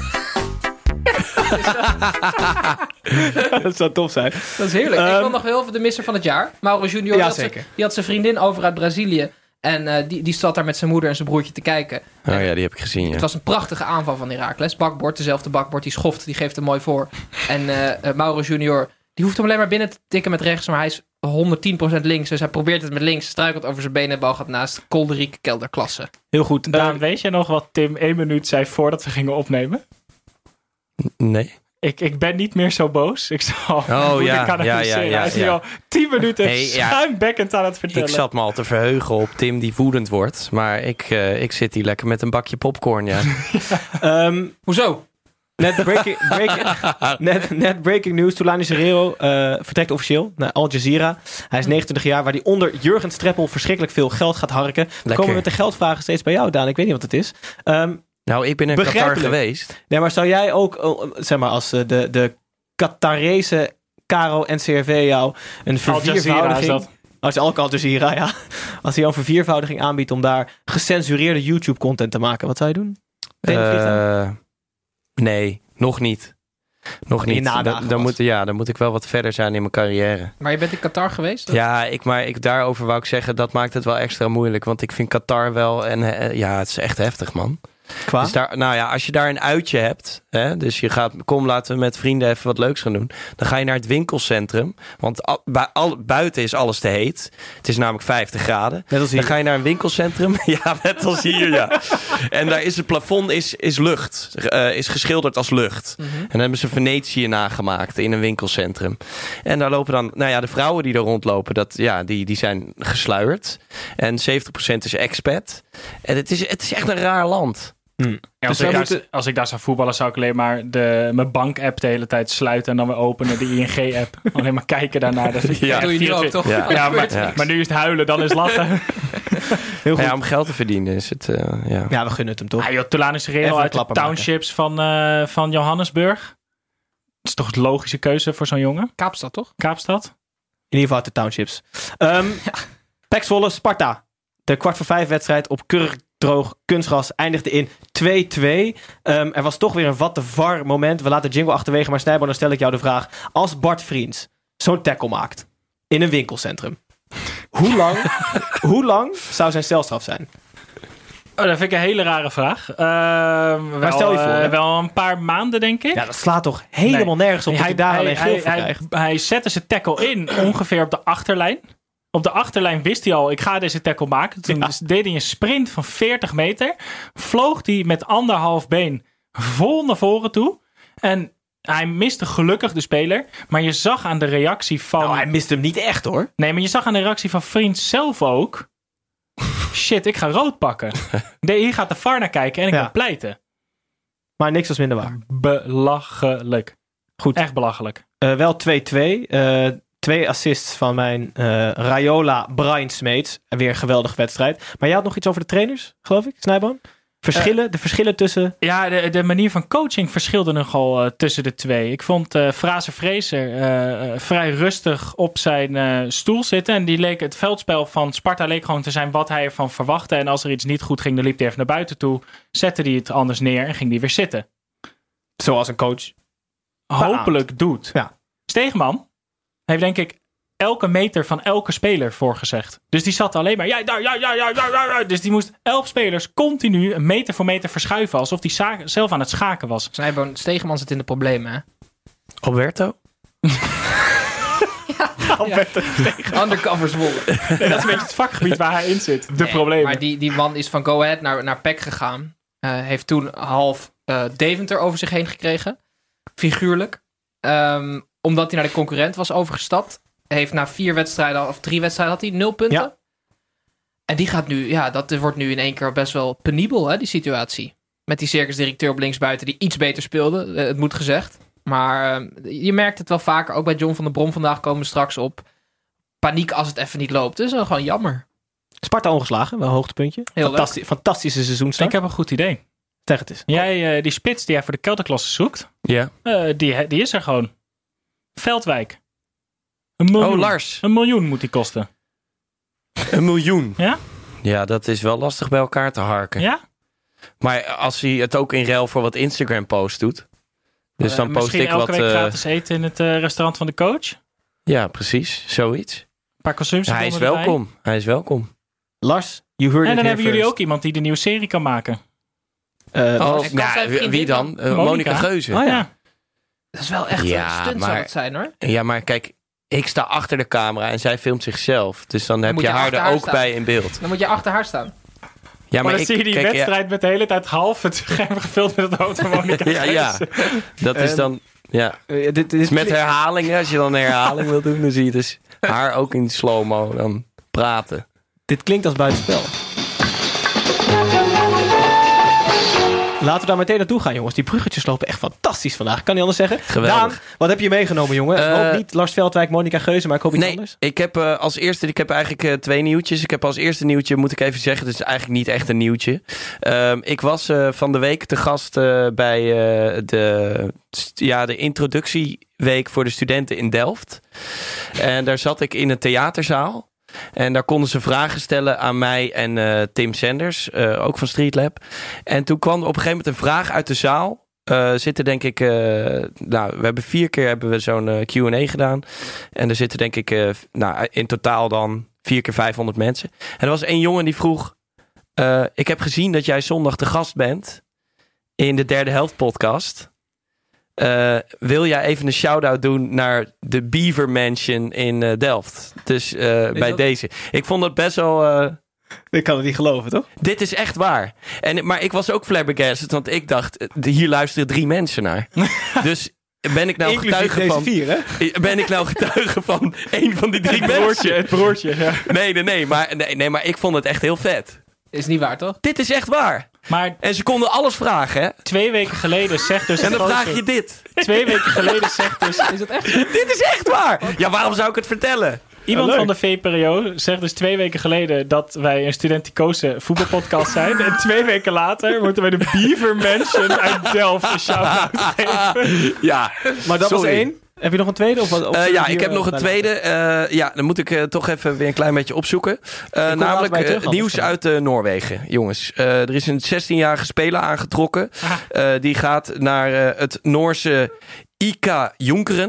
Dat zou tof zijn. Dat is heerlijk. Um, Ik wil nog heel even de misser van het jaar. Mauro Junior, Ja, die, had zeker. zijn, die had zijn vriendin over uit Brazilië. En uh, die, die zat daar met zijn moeder en zijn broertje te kijken. Oh ja, die heb ik gezien. Ja. Het was een prachtige aanval van Heracles. Bakboord, dezelfde Bakboord, die schoft, die geeft hem mooi voor. En uh, uh, Mauro Junior, die hoeft hem alleen maar binnen te tikken met rechts. Maar hij is honderdtien procent links. Dus hij probeert het met links, struikelt over zijn benen. Bal gaat naast Kolderiek, kelderklasse. Heel goed. Daan, Uh, weet je nog wat Tim één minuut zei voordat we gingen opnemen? Nee. Ik, ik ben niet meer zo boos. Ik zal Oh, moet ja, ik analyseren. ja, ja, ja, Hij is nu ja. al tien minuten Hey, ja. schuimbekkend aan het vertellen. Ik zat me al te verheugen op Tim die woedend wordt. Maar ik, uh, ik zit hier lekker met een bakje popcorn, ja. um, Hoezo? net, breaking, breaking, net, net breaking news. Toulani Serrero uh, vertrekt officieel naar Al Jazeera. Hij is negenentwintig jaar, waar hij onder Jurgen Streppel verschrikkelijk veel geld gaat harken. Dan Lekker. komen we met de geldvragen steeds bij jou, Daan. Ik weet niet wat het is. Um, Nou, ik ben in Qatar Begrijpelijk. geweest. nee, maar zou jij ook, uh, zeg maar, als uh, de, de Qatarese Caro en C R V jou een Al Jazeera is verviervoudiging... dat. Als je ook Al Jazeera, ja. Als hij jou een verviervoudiging aanbiedt om daar gecensureerde YouTube-content te maken, wat zou je doen? Ben je in het vliegtuig? Uh, nee, nog niet. Nog in je niet. nadagen Dan, dan, was. moet, ja, dan moet ik wel wat verder zijn in mijn carrière. Maar je bent in Qatar geweest? Ja, ik, maar ik, daarover wou ik zeggen, dat maakt het wel extra moeilijk. Want ik vind Qatar wel, en eh, ja, het is echt heftig, man. Qua? Dus daar, nou ja, als je daar een uitje hebt, hè, dus je gaat, kom, laten we met vrienden even wat leuks gaan doen. Dan ga je naar het winkelcentrum, want al, bij, al, buiten is alles te heet. Het is namelijk vijftig graden. Net als hier. Dan ga je naar een winkelcentrum. Ja, net als hier, ja. En daar is het plafond is, is lucht, uh, is geschilderd als lucht. Mm-hmm. En dan hebben ze Venetië nagemaakt in een winkelcentrum. En daar lopen dan, nou ja, de vrouwen die er rondlopen, dat, ja, die, die zijn gesluierd. En zeventig procent is expat. En het is, het is echt een raar land. Hm. Ja, als, Dus ik wij daar, moeten- als ik daar zou voetballen, zou ik alleen maar de, mijn bank-app de hele tijd sluiten en dan weer openen, de I N G-app. Alleen maar kijken daarnaar. Dat vind ik Ja. echt doe je nu ook, vierentwintig toch? Ja. Ja, maar, Ja. maar nu is het huilen, dan is het lachen. Heel goed. Ja, om geld te verdienen is het, uh, ja. Ja, we gunnen het hem toch. Ah, joh, Tulane Even Sereno een uit de klapper maken. townships van, uh, van Johannesburg. Dat is toch een logische keuze voor zo'n jongen? Kaapstad, toch? Kaapstad? In ieder geval uit de townships. Um, Pek Zwolle, Sparta. De kwart voor vijf wedstrijd op keurig droog kunstgras eindigde in twee-twee. Um, er was toch weer een wat de var moment. We laten Jingle achterwege, maar Snijboon, dan stel ik jou de vraag. Als Bart Vriends zo'n tackle maakt in een winkelcentrum. Hoe lang, hoe lang zou zijn celstraf zijn? Oh, dat vind ik een hele rare vraag. Uh, wel, stel je voor, uh, hè? wel een paar maanden, denk ik. Ja, dat slaat toch helemaal nergens op dat hij, je daar hij, alleen geel hij, voor hij, krijgt. hij zette zijn tackle in ongeveer op de achterlijn. Op de achterlijn wist hij al, ik ga deze tackle maken. Toen Ja. deed hij een sprint van veertig meter. Vloog hij met anderhalf been vol naar voren toe. En hij miste gelukkig de speler. Maar je zag aan de reactie van... Nou, hij mist hem niet echt hoor. Nee, maar je zag aan de reactie van Vriend zelf ook... Shit, ik ga rood pakken. Nee, hier gaat de V A R naar kijken en ik Ja. ga pleiten. Maar niks was minder waar. Belachelijk. Goed. Echt belachelijk. Uh, wel twee-twee. Uh, twee assists van mijn uh, Raiola Brian Smeets. En weer een geweldige wedstrijd. Maar jij had nog iets over de trainers, geloof ik, Snijboon? Verschillen, uh, de verschillen tussen... Ja, de, de manier van coaching verschilde nogal uh, tussen de twee. Ik vond uh, Fraser Fraser uh, uh, vrij rustig op zijn uh, stoel zitten. En die leek, het veldspel van Sparta leek gewoon te zijn wat hij ervan verwachtte. En als er iets niet goed ging, dan liep hij even naar buiten toe. Zette hij het anders neer en ging hij weer zitten. Zoals een coach Hopelijk doet. Ja. Steegman heeft denk ik elke meter van elke speler voorgezegd. Dus die zat alleen maar... Ja, ja, ja, ja, ja, ja, ja. Dus die moest elf spelers continu een meter voor meter verschuiven. Alsof die za- zelf aan het schaken was. Snijboon, Stegeman zit in de problemen, hè? Alberto? Alberto Stegeman. Undercover Zwolle. Nee, dat is een beetje het vakgebied waar hij in zit. De Nee, problemen. Maar die, die man is van Go Ahead naar, naar P E C gegaan. Uh, heeft toen half uh, Deventer over zich heen gekregen. Figuurlijk. Um, omdat hij naar de concurrent was overgestapt. Heeft na vier wedstrijden, of drie wedstrijden had hij nul punten. Ja. En die gaat nu, ja, dat wordt nu in één keer best wel penibel, hè, die situatie. Met die circusdirecteur op linksbuiten die iets beter speelde, uh, het moet gezegd. Maar uh, je merkt het wel vaker, ook bij John van der Brom vandaag komen we straks op. Paniek als het even niet loopt. Dus dat is gewoon jammer. Sparta ongeslagen, wel een hoogtepuntje. Heel Fantastisch, fantastische seizoenstart. Ik heb een goed idee. Zeg het eens. Jij, uh, die spits die jij voor de kelderklasse zoekt, Ja. uh, die, die is er gewoon. Veldwijk. Een miljoen. Oh, Lars. Een miljoen moet die kosten. Een miljoen. Ja? Ja, dat is wel lastig bij elkaar te harken. Ja? Maar als hij het ook in ruil voor wat Instagram post doet. Dus Uh, dan post misschien ik elke wat... week uh, gratis eten in het uh, restaurant van de coach. Een Ja, precies. Zoiets. paar consumpties. Hij is welkom. Hij is welkom. Lars, you heard En it dan here hebben jullie first. ook iemand die de nieuwe serie kan maken. Uh, Oh, Oh, en kan nou, zijn wie- vriendin wie dan? dan? Uh, Monica. Monica Geuze. Oh ja. Ja. Dat is wel echt Ja, een stunt maar- zou het zijn, hoor. Ja, maar kijk, ik sta achter de camera en zij filmt zichzelf. Dus dan heb moet je je haar achter er haar ook staan. bij in beeld. Dan moet je achter haar staan. Ja, Maar dan ik, zie je die kijk, ja, wedstrijd met de hele tijd half het scherm gevuld met het auto Monica. Ja, ja. Dat is En- dan... Ja. Uh, dit, dit Dus is met herhalingen, als je dan een herhaling wil doen, dan zie je dus haar ook in slow-mo dan praten. Dit klinkt als buitenspel. Laten we daar meteen naartoe gaan, jongens. Die bruggetjes lopen echt fantastisch vandaag. Kan niet anders zeggen. Geweldig. Daan, wat heb je meegenomen, jongen? Ik Uh, hoop niet Lars Veldwijk, Monica Geuze, maar ik hoop iets Nee, anders. ik heb uh, als eerste, ik heb eigenlijk uh, twee nieuwtjes. Ik heb als eerste nieuwtje, moet ik even zeggen, het is eigenlijk niet echt een nieuwtje. Uh, ik was uh, van de week te gast uh, bij uh, de, st- ja, de introductieweek voor de studenten in Delft. En daar zat ik in een theaterzaal. En daar konden ze vragen stellen aan mij en uh, Tim Sanders, uh, ook van Streetlab. En toen kwam er op een gegeven moment een vraag uit de zaal. uh, zitten denk ik... Uh, nou, we hebben vier keer hebben we zo'n uh, Q en A gedaan. En er zitten denk ik uh, nou, in totaal dan vier keer vijfhonderd mensen. En er was één jongen die vroeg... Uh, ik heb gezien dat jij zondag de gast bent in de derde helft podcast. Uh, wil jij even een shout-out doen naar de Beaver Mansion in uh, Delft? Dus uh, bij dat... deze. Ik vond het best wel... Uh, ik kan het niet geloven, toch? Dit is echt waar. En, maar ik was ook flabbergasted, want ik dacht... hier luisteren drie mensen naar. Dus... Ben ik nou Inclusief getuige van... Vier, hè? Ben ik nou getuige van één van die drie het mensen? Broertje, het broertje, ja. Nee, nee, nee maar, nee, nee, maar ik vond het echt heel vet. Is niet waar, toch? Dit is echt waar. Maar en ze konden alles vragen, hè? Twee weken geleden zegt dus... En dan vraag je dit. Twee weken geleden zegt dus... Is het echt? Dit is echt waar. Ja, waarom zou ik het vertellen? Iemand oh, van de V P R O zegt dus twee weken geleden dat wij een studenticoze voetbalpodcast zijn. En twee weken later moeten wij de Beaver Mansion uit Delft een shout-out geven. Ja, maar dat sorry. was één. Heb je nog een tweede? Of, of uh, ja, ik heb nog een tweede. Uh, ja, dan moet ik uh, toch even weer een klein beetje opzoeken. Uh, namelijk uh, terug, nieuws uit uh, Noorwegen, jongens. Uh, er is een zestienjarige speler aangetrokken. Uh, die gaat naar uh, het Noorse I K Jonkeren.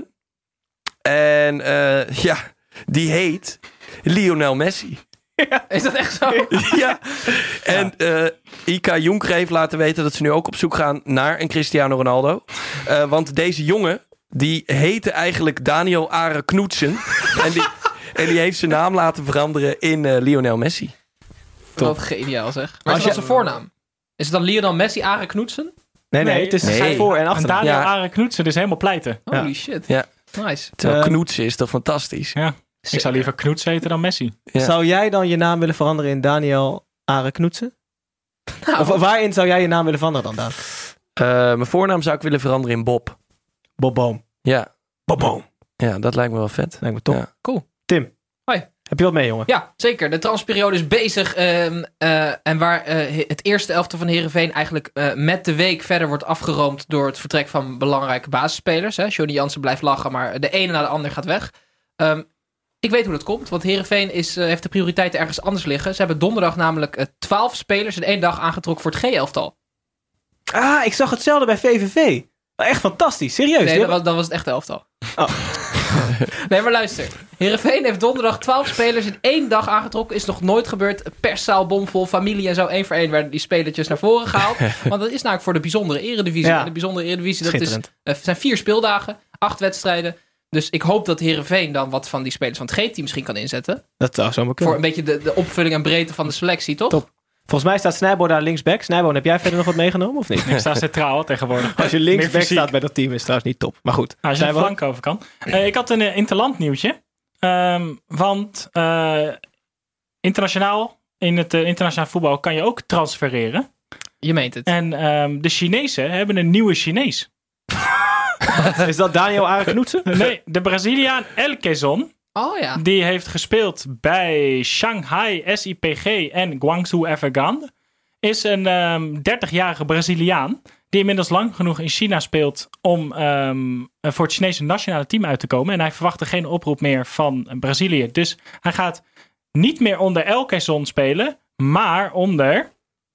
En uh, ja, die heet Lionel Messi. Ja. Is dat echt zo? Ja. En uh, I K Jonkeren heeft laten weten dat ze nu ook op zoek gaan naar een Cristiano Ronaldo. Uh, want deze jongen... Die heette eigenlijk Daniel Are Knudsen. en, die, en die heeft zijn naam laten veranderen in uh, Lionel Messi. Wat geniaal zeg. Maar is dat zijn voornaam? Is het dan Lionel Messi Are Knudsen? Nee, nee, het is nee. zijn voor- en achternaam. En Daniel Ja. Are Knudsen, dus helemaal pleiten. Holy Ja. shit. Ja. Nice. Terwijl Uh, Knudsen is toch fantastisch? Ja. Ik zou liever Knoets heten dan Messi. Ja. Zou jij dan je naam willen veranderen in Daniel Are Knudsen? Nou, Of waarin zou jij je naam willen veranderen dan, Daan? Uh, mijn voornaam zou ik willen veranderen in Bob. Bob Boom. Ja. Bob Boom. Ja, dat lijkt me wel vet. Lijkt me top. Ja. Cool. Tim. Hoi. Heb je wat mee, jongen? Ja, zeker. De transferperiode is bezig. Um, uh, en waar uh, het eerste elftal van Heerenveen eigenlijk uh, met de week verder wordt afgeroomd door het vertrek van belangrijke basisspelers. Hè. Johnny Jansen blijft lachen, maar de ene na de ander gaat weg. Um, ik weet hoe dat komt, want Heerenveen is, uh, heeft de prioriteiten ergens anders liggen. Ze hebben donderdag namelijk uh, twaalf spelers in één dag aangetrokken voor het G-elftal. Ah, ik zag hetzelfde bij V V V. Echt fantastisch, serieus. Nee, Die dat hebben- was, dat was het echte elftal. Oh. Nee, maar luister. Heerenveen heeft donderdag twaalf spelers in één dag aangetrokken. Is nog nooit gebeurd. Perszaal bomvol, familie en zo. Één voor één werden die spelertjes naar voren gehaald. Want dat is namelijk voor de bijzondere eredivisie. Ja. En de bijzondere eredivisie, dat is, Schitterend. uh, zijn vier speeldagen. Acht wedstrijden. Dus ik hoop dat Heerenveen dan wat van die spelers van het G-team misschien kan inzetten. Dat zou zomaar Voor kunnen. een beetje de, de opvulling en breedte van de selectie, toch? Top. Volgens mij staat Snijboon daar linksback. Snijboon, heb jij verder nog wat meegenomen of niet? Ik sta centraal tegenwoordig. Als je Meer linksback fysiek. staat bij dat team is het trouwens niet top. Maar goed. Als je de Snijboon? flank over kan. Uh, ik had een uh, interland nieuwtje. Um, want uh, internationaal, in het uh, internationaal voetbal kan je ook transfereren. Je meent het. En um, de Chinezen hebben een nieuwe Chinees. Is dat Daniel Are Knudsen? Nee, de Braziliaan El Quezon. Oh ja. Die heeft gespeeld bij Shanghai S I P G en Guangzhou Evergrande. Is een um, dertigjarige Braziliaan die inmiddels lang genoeg in China speelt om um, voor het Chinese nationale team uit te komen. En hij verwachtte geen oproep meer van Brazilië. Dus hij gaat niet meer onder El Quezon spelen, maar onder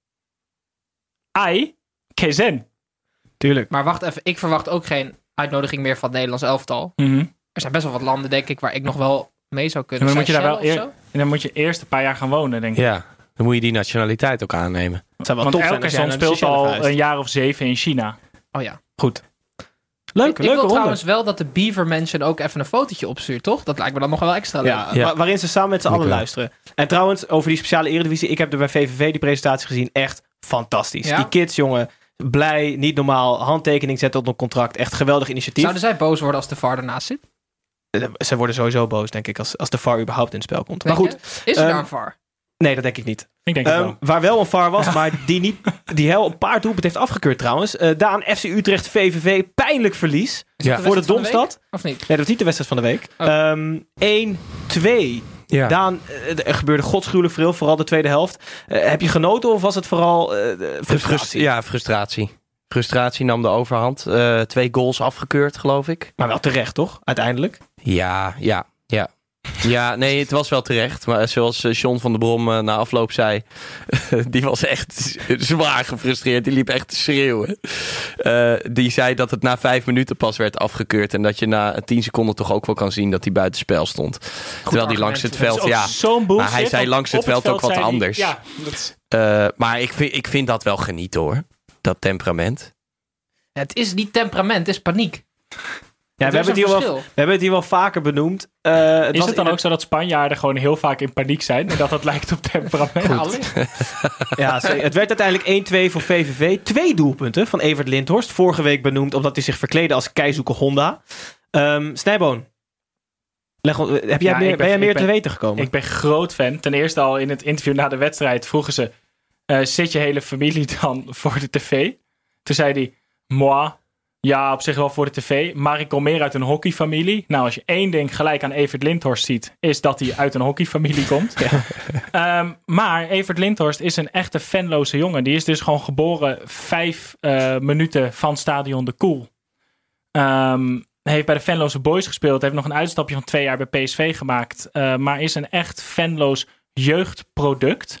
Ai Quezon. Tuurlijk. Maar wacht even. Ik verwacht ook geen uitnodiging meer van het Nederlands elftal. Mm-hmm. Er zijn best wel wat landen, denk ik, waar ik nog wel mee zou En kunnen. dan moet je daar wel Seychelles eer- of zo? en dan moet je eerst een paar jaar gaan wonen, denk ik. Ja, dan moet je die nationaliteit ook aannemen. Het zou wel Want tof El zijn als jij Quezon naar de speelt Seychelles al verhuist. een jaar of zeven in China. Oh ja. Goed. Ik, Leuke, ik leuke wil ronde. trouwens wel dat de Beaver Mansion ook even een fotootje opstuurt, toch? Dat lijkt me dan nog wel extra leuk. Ja, Ja. wa- waarin ze samen met z'n Ik allen wel. luisteren. En trouwens, over die speciale eredivisie. Ik heb er bij V V V die presentatie gezien. Echt fantastisch. Ja? Die kids, jongen. Blij, niet normaal. Handtekening zetten op een contract. Echt geweldig initiatief. Zouden zij boos worden als de V A R ernaast zit? Eh, Ze worden sowieso boos, denk ik, als, als de V A R überhaupt in het spel komt. Denk maar goed, je? Is er ehm, daar een V A R? nee, dat denk ik niet. Ik denk het Ehm, wel. waar wel een V A R was, maar die, niet, die heel een paar doelpunten heeft afgekeurd trouwens. Uh, Daan, F C Utrecht, V V V, pijnlijk verlies. Ja. Voor de wedstrijd van de Domstad. week? Of niet? Nee, dat was niet de wedstrijd van de week. Oh. Ehm, één twee. Ja. Daan, eh, er gebeurde godschuwelijk veel, vooral de tweede helft. Eh, heb je genoten of was het vooral eh, de De frustratie? frust- ja, frustratie. Frustratie nam de overhand. Uh, twee goals afgekeurd, geloof ik. Maar wel terecht, toch? Uiteindelijk. Ja, ja, ja. Ja, nee, het was wel terecht. Maar zoals John van der Brom uh, na afloop zei... die was echt zwaar gefrustreerd. Die liep echt te schreeuwen. Uh, die zei dat het na vijf minuten pas werd afgekeurd. En dat je na tien seconden toch ook wel kan zien dat hij buitenspel stond. Goed Terwijl hij langs het veld... Ja, zo'n bullshit, maar hij zei langs het veld, het veld ook wat anders. Die, ja, dat... uh, maar ik vind, ik vind dat wel genieten hoor. Dat temperament. Ja, het is niet temperament, het is paniek. Ja, we hebben, wel, we hebben het hier wel vaker benoemd. Uh, het is was het dan ook het... zo dat Spanjaarden gewoon heel vaak in paniek zijn? En dat dat lijkt op temperament? Ja, het werd uiteindelijk één-twee voor V V V. Twee doelpunten van Evert Lindhorst. Vorige week benoemd omdat hij zich verkleedde als Keisuke Honda. Um, Snijboon, leg, heb jij ja, meer, ben, ben jij meer ben, te weten gekomen? Ik ben groot fan. Ten eerste al in het interview na de wedstrijd vroegen ze... Uh, zit je hele familie dan voor de tv? Toen zei hij... Moi... Ja, op zich wel voor de tv. Maar ik kom meer uit een hockeyfamilie. Nou, als je één ding gelijk aan Evert Lindhorst ziet... is dat hij uit een hockeyfamilie komt. Ja. Um, maar Evert Lindhorst is een echte fanloze jongen. Die is dus gewoon geboren vijf uh, minuten van Stadion de Koel. Um, heeft bij de fanloze boys gespeeld. Heeft nog een uitstapje van twee jaar bij P S V gemaakt. Uh, maar is een echt fanloos jeugdproduct...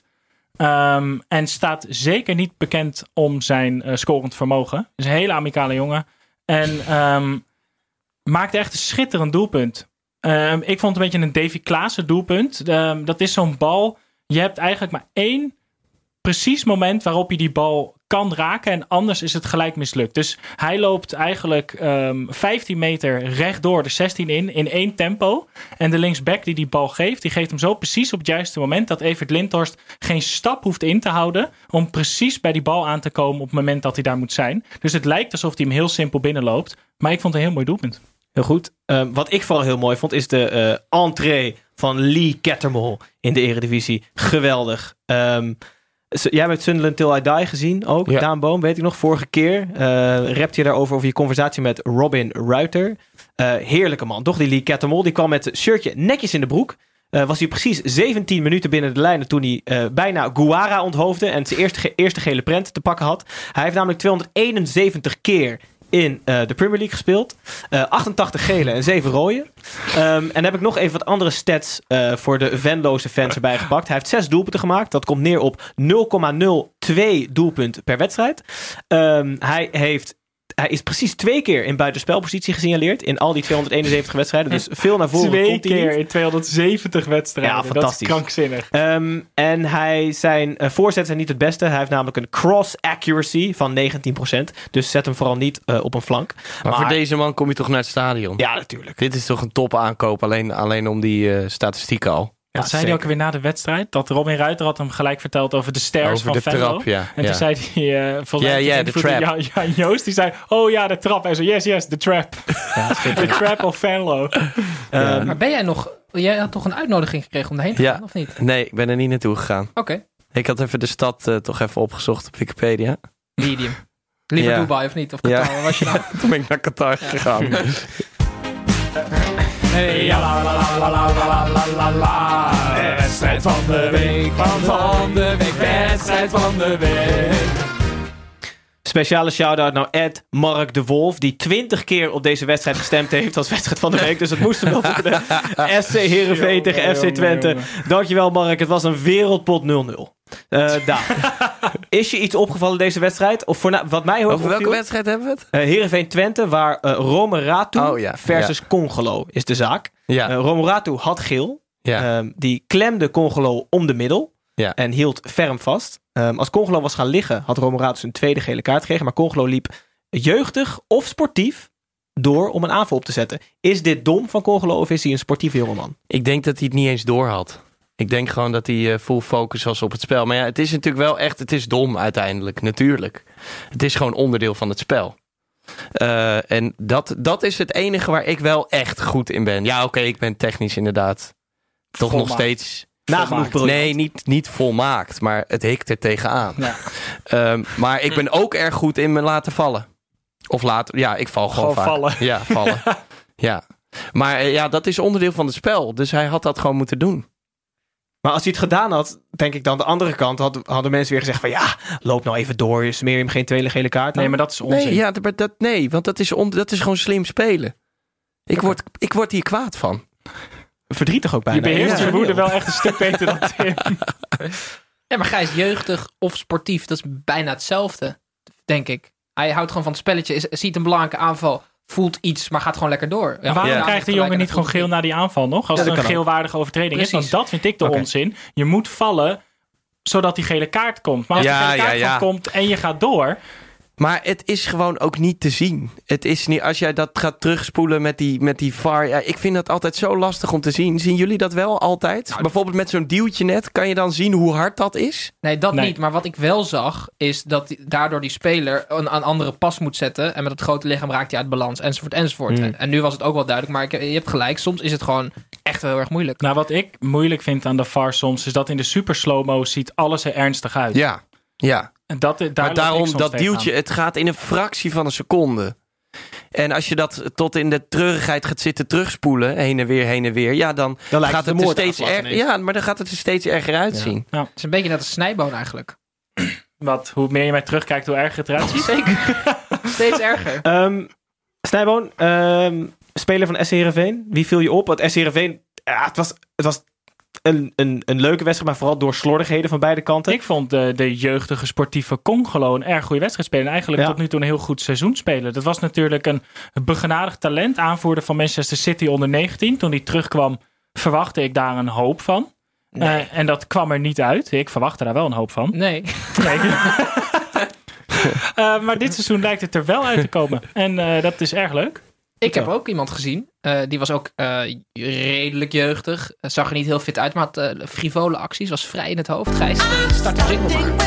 Um, en staat zeker niet bekend om zijn uh, scorend vermogen. Is een hele amicale jongen. En um, maakte echt een schitterend doelpunt. Um, ik vond het een beetje een Davy Klaassen doelpunt. Um, dat is zo'n bal. Je hebt eigenlijk maar één precies moment waarop je die bal kan raken. En anders is het gelijk mislukt. Dus hij loopt eigenlijk um, vijftien meter rechtdoor de zestien in. In één tempo. En de linksback die die bal geeft. Die geeft hem zo precies op het juiste moment. Dat Evert Lindhorst geen stap hoeft in te houden. Om precies bij die bal aan te komen op het moment dat hij daar moet zijn. Dus het lijkt alsof hij hem heel simpel binnenloopt. Maar ik vond het een heel mooi doelpunt. Heel goed. Uh, wat ik vooral heel mooi vond is de uh, entree van Lee Cattermole in de Eredivisie. Geweldig. Um, Jij hebt Sunderland Till I Die gezien ook, ja. Daan Boom, weet ik nog, vorige keer. Uh, rapt je daarover over je conversatie met Robin Ruiter. Uh, heerlijke man, toch? Die Lee Cattermole, die kwam met het shirtje netjes in de broek. Uh, was hij precies zeventien minuten binnen de lijnen toen hij uh, bijna Guara onthoofde en zijn eerste, ge- eerste gele prent te pakken had. Hij heeft namelijk tweehonderdeenenzeventig keer in uh, de Premier League gespeeld. Uh, achtentachtig gele en zeven rode. Um, en dan heb ik nog even wat andere stats uh, voor de Venloze fans erbij gepakt. Hij heeft zes doelpunten gemaakt. Dat komt neer op nul komma nul twee doelpunt per wedstrijd. Um, hij heeft... Hij is precies twee keer in buitenspelpositie gesignaleerd in al die tweehonderdeenenzeventig wedstrijden. Dus veel naar voren twee komt hij keer niet. in tweehonderdzeventig wedstrijden. Ja, fantastisch. Dat is krankzinnig. Um, en hij, zijn uh, voorzetten zijn niet het beste. Hij heeft namelijk een cross accuracy van negentien procent. Dus zet hem vooral niet uh, op een flank. Maar, maar voor deze man kom je toch naar het stadion? Ja, natuurlijk. Dit is toch een top aankoop, alleen, alleen om die uh, statistieken al. Ja, Wat zei hij ook weer na de wedstrijd? Dat Robin Ruiter had hem gelijk verteld over de stairs over van de Venlo. Trap, ja. En ja. toen zei hij, uh, volgens ja, mij... ja, de trap. Jan, Jan Joost, die zei, oh ja, de trap. En zo, yes, yes, de trap. Ja, de trap of Venlo. Ja. Um, maar ben jij nog... Jij had toch een uitnodiging gekregen om daarheen te ja. gaan, of niet? Nee, ik ben er niet naartoe gegaan. Oké. Okay. Ik had even de stad uh, toch even opgezocht op Wikipedia. Medium. Liever ja. Dubai of niet? Of Qatar, ja. Waar was je nou? Toen ben ik naar Qatar ja. gegaan. Hey, ja, la, la, la, la, la, la, la, la. De wedstrijd van de week, van, van de week, wedstrijd van de week. Speciale shout-out naar Ed Mark de Wolf, die twintig keer op deze wedstrijd gestemd heeft als wedstrijd van de week. Dus het moest hem wel voor de S C Heerenveen tegen F C Twente. Jongen. Dankjewel Mark, het was een wereldpot nul nul. Uh, is je iets opgevallen deze wedstrijd? Of voor na- wat mij heel Over welke opviel, wedstrijd hebben we het? Uh, Heerenveen Twente, waar uh, Romeratu oh, ja. versus ja. Congolo is de zaak. Ja. Uh, Romeratu had geel. Ja. Uh, die klemde Congolo om de middel. Ja. En hield ferm vast. Um, als Congolo was gaan liggen, had Romeratu zijn tweede gele kaart gekregen. Maar Congolo liep jeugdig of sportief door om een aanval op te zetten. Is dit dom van Congolo of is hij een sportieve jongeman? Ik denk dat hij het niet eens door had. Ik denk gewoon dat hij uh, full focus was op het spel. Maar ja, het is natuurlijk wel echt, het is dom uiteindelijk, natuurlijk. Het is gewoon onderdeel van het spel. Uh, en dat, dat is het enige waar ik wel echt goed in ben. Ja, oké, okay, ik ben technisch inderdaad toch volmaakt. nog steeds... Nagenoeg briljant. Nee, niet, niet volmaakt, maar het hikt er tegenaan. Ja. Um, maar ik ben ook erg goed in me laten vallen. Of laten, ja, ik val gewoon, gewoon vaak. vallen. Ja, vallen. ja. Maar ja, dat is onderdeel van het spel. Dus hij had dat gewoon moeten doen. Maar als hij het gedaan had, denk ik dan de andere kant, had, hadden mensen weer gezegd van ja, loop nou even door, smeer hem geen tweede gele kaart. Nee, maar dat is onzin. Nee, ja, dat, dat, nee want dat is, on, dat is gewoon slim spelen. Ik, ja. word, ik word hier kwaad van. verdrietig ook bijna. Je beheerst Ja. je woede wel echt een stuk beter dan Tim. Ja, maar Gijs, jeugdig of sportief, dat is bijna hetzelfde, denk ik. Hij houdt gewoon van het spelletje, is, ziet een belangrijke aanval, voelt iets, maar gaat gewoon lekker door. Ja, Waarom Ja. krijgt de jongen niet gewoon geel na die aanval nog? Als Ja, het dat een kan ook. geelwaardige overtreding is. Precies. Want dat vind ik de Oké. onzin. Je moet vallen zodat die gele kaart komt. Maar als Ja, die gele kaart ja, ja. komt en je gaat door... Maar het is gewoon ook niet te zien. Het is niet, als jij dat gaat terugspoelen met die, met die V A R. Ja, ik vind dat altijd zo lastig om te zien. Zien jullie dat wel altijd? Nou, Bijvoorbeeld met zo'n duwtje net. Kan je dan zien hoe hard dat is? Nee, dat Nee. niet. Maar wat ik wel zag, is dat die- daardoor die speler een, een andere pas moet zetten. En met het grote lichaam raakt hij uit balans, enzovoort, enzovoort. Mm. En, en nu was het ook wel duidelijk, maar ik, je hebt gelijk. Soms is het gewoon echt wel heel erg moeilijk. Nou, wat ik moeilijk vind aan de V A R soms... is dat in de super slow-mo ziet alles er ernstig uit. Ja, ja. En dat, daar Maar loop ik daarom, soms dat tegenaan. duwtje, het gaat in een fractie van een seconde. En als je dat tot in de treurigheid gaat zitten terugspoelen, heen en weer, heen en weer, ja, dan, Dan lijkt gaat het het een er steeds moordaanslag erger. ineens. Ja, maar dan gaat het er steeds erger uitzien. Het is een beetje net als Snijboon eigenlijk. Wat, hoe meer je mij terugkijkt, hoe erger het eruit ziet. Zeker. Steeds erger. Ehm Snijboon, ehm, speler van S C Heerenveen. Wie viel je op? Want S C Heerenveen, ja, het was, het was een, een, een leuke wedstrijd, maar vooral door slordigheden van beide kanten. Ik vond de, de jeugdige sportieve Congolo een erg goede wedstrijd spelen. En eigenlijk Ja. tot nu toe een heel goed seizoen spelen. Dat was natuurlijk een begenadigd talent. Aanvoerder van Manchester City onder negentien. Toen hij terugkwam, verwachtte ik daar een hoop van. Nee. Uh, en dat kwam er niet uit. Ik verwachtte daar wel een hoop van. Nee. Nee. uh, maar dit seizoen lijkt het er wel uit te komen. En uh, dat is erg leuk. Ik heb ook iemand gezien. Uh, die was ook uh, redelijk jeugdig. Uh, zag er niet heel fit uit, maar had uh, frivole acties. Was vrij in het hoofd. Gijs, uh, start de jingle maar.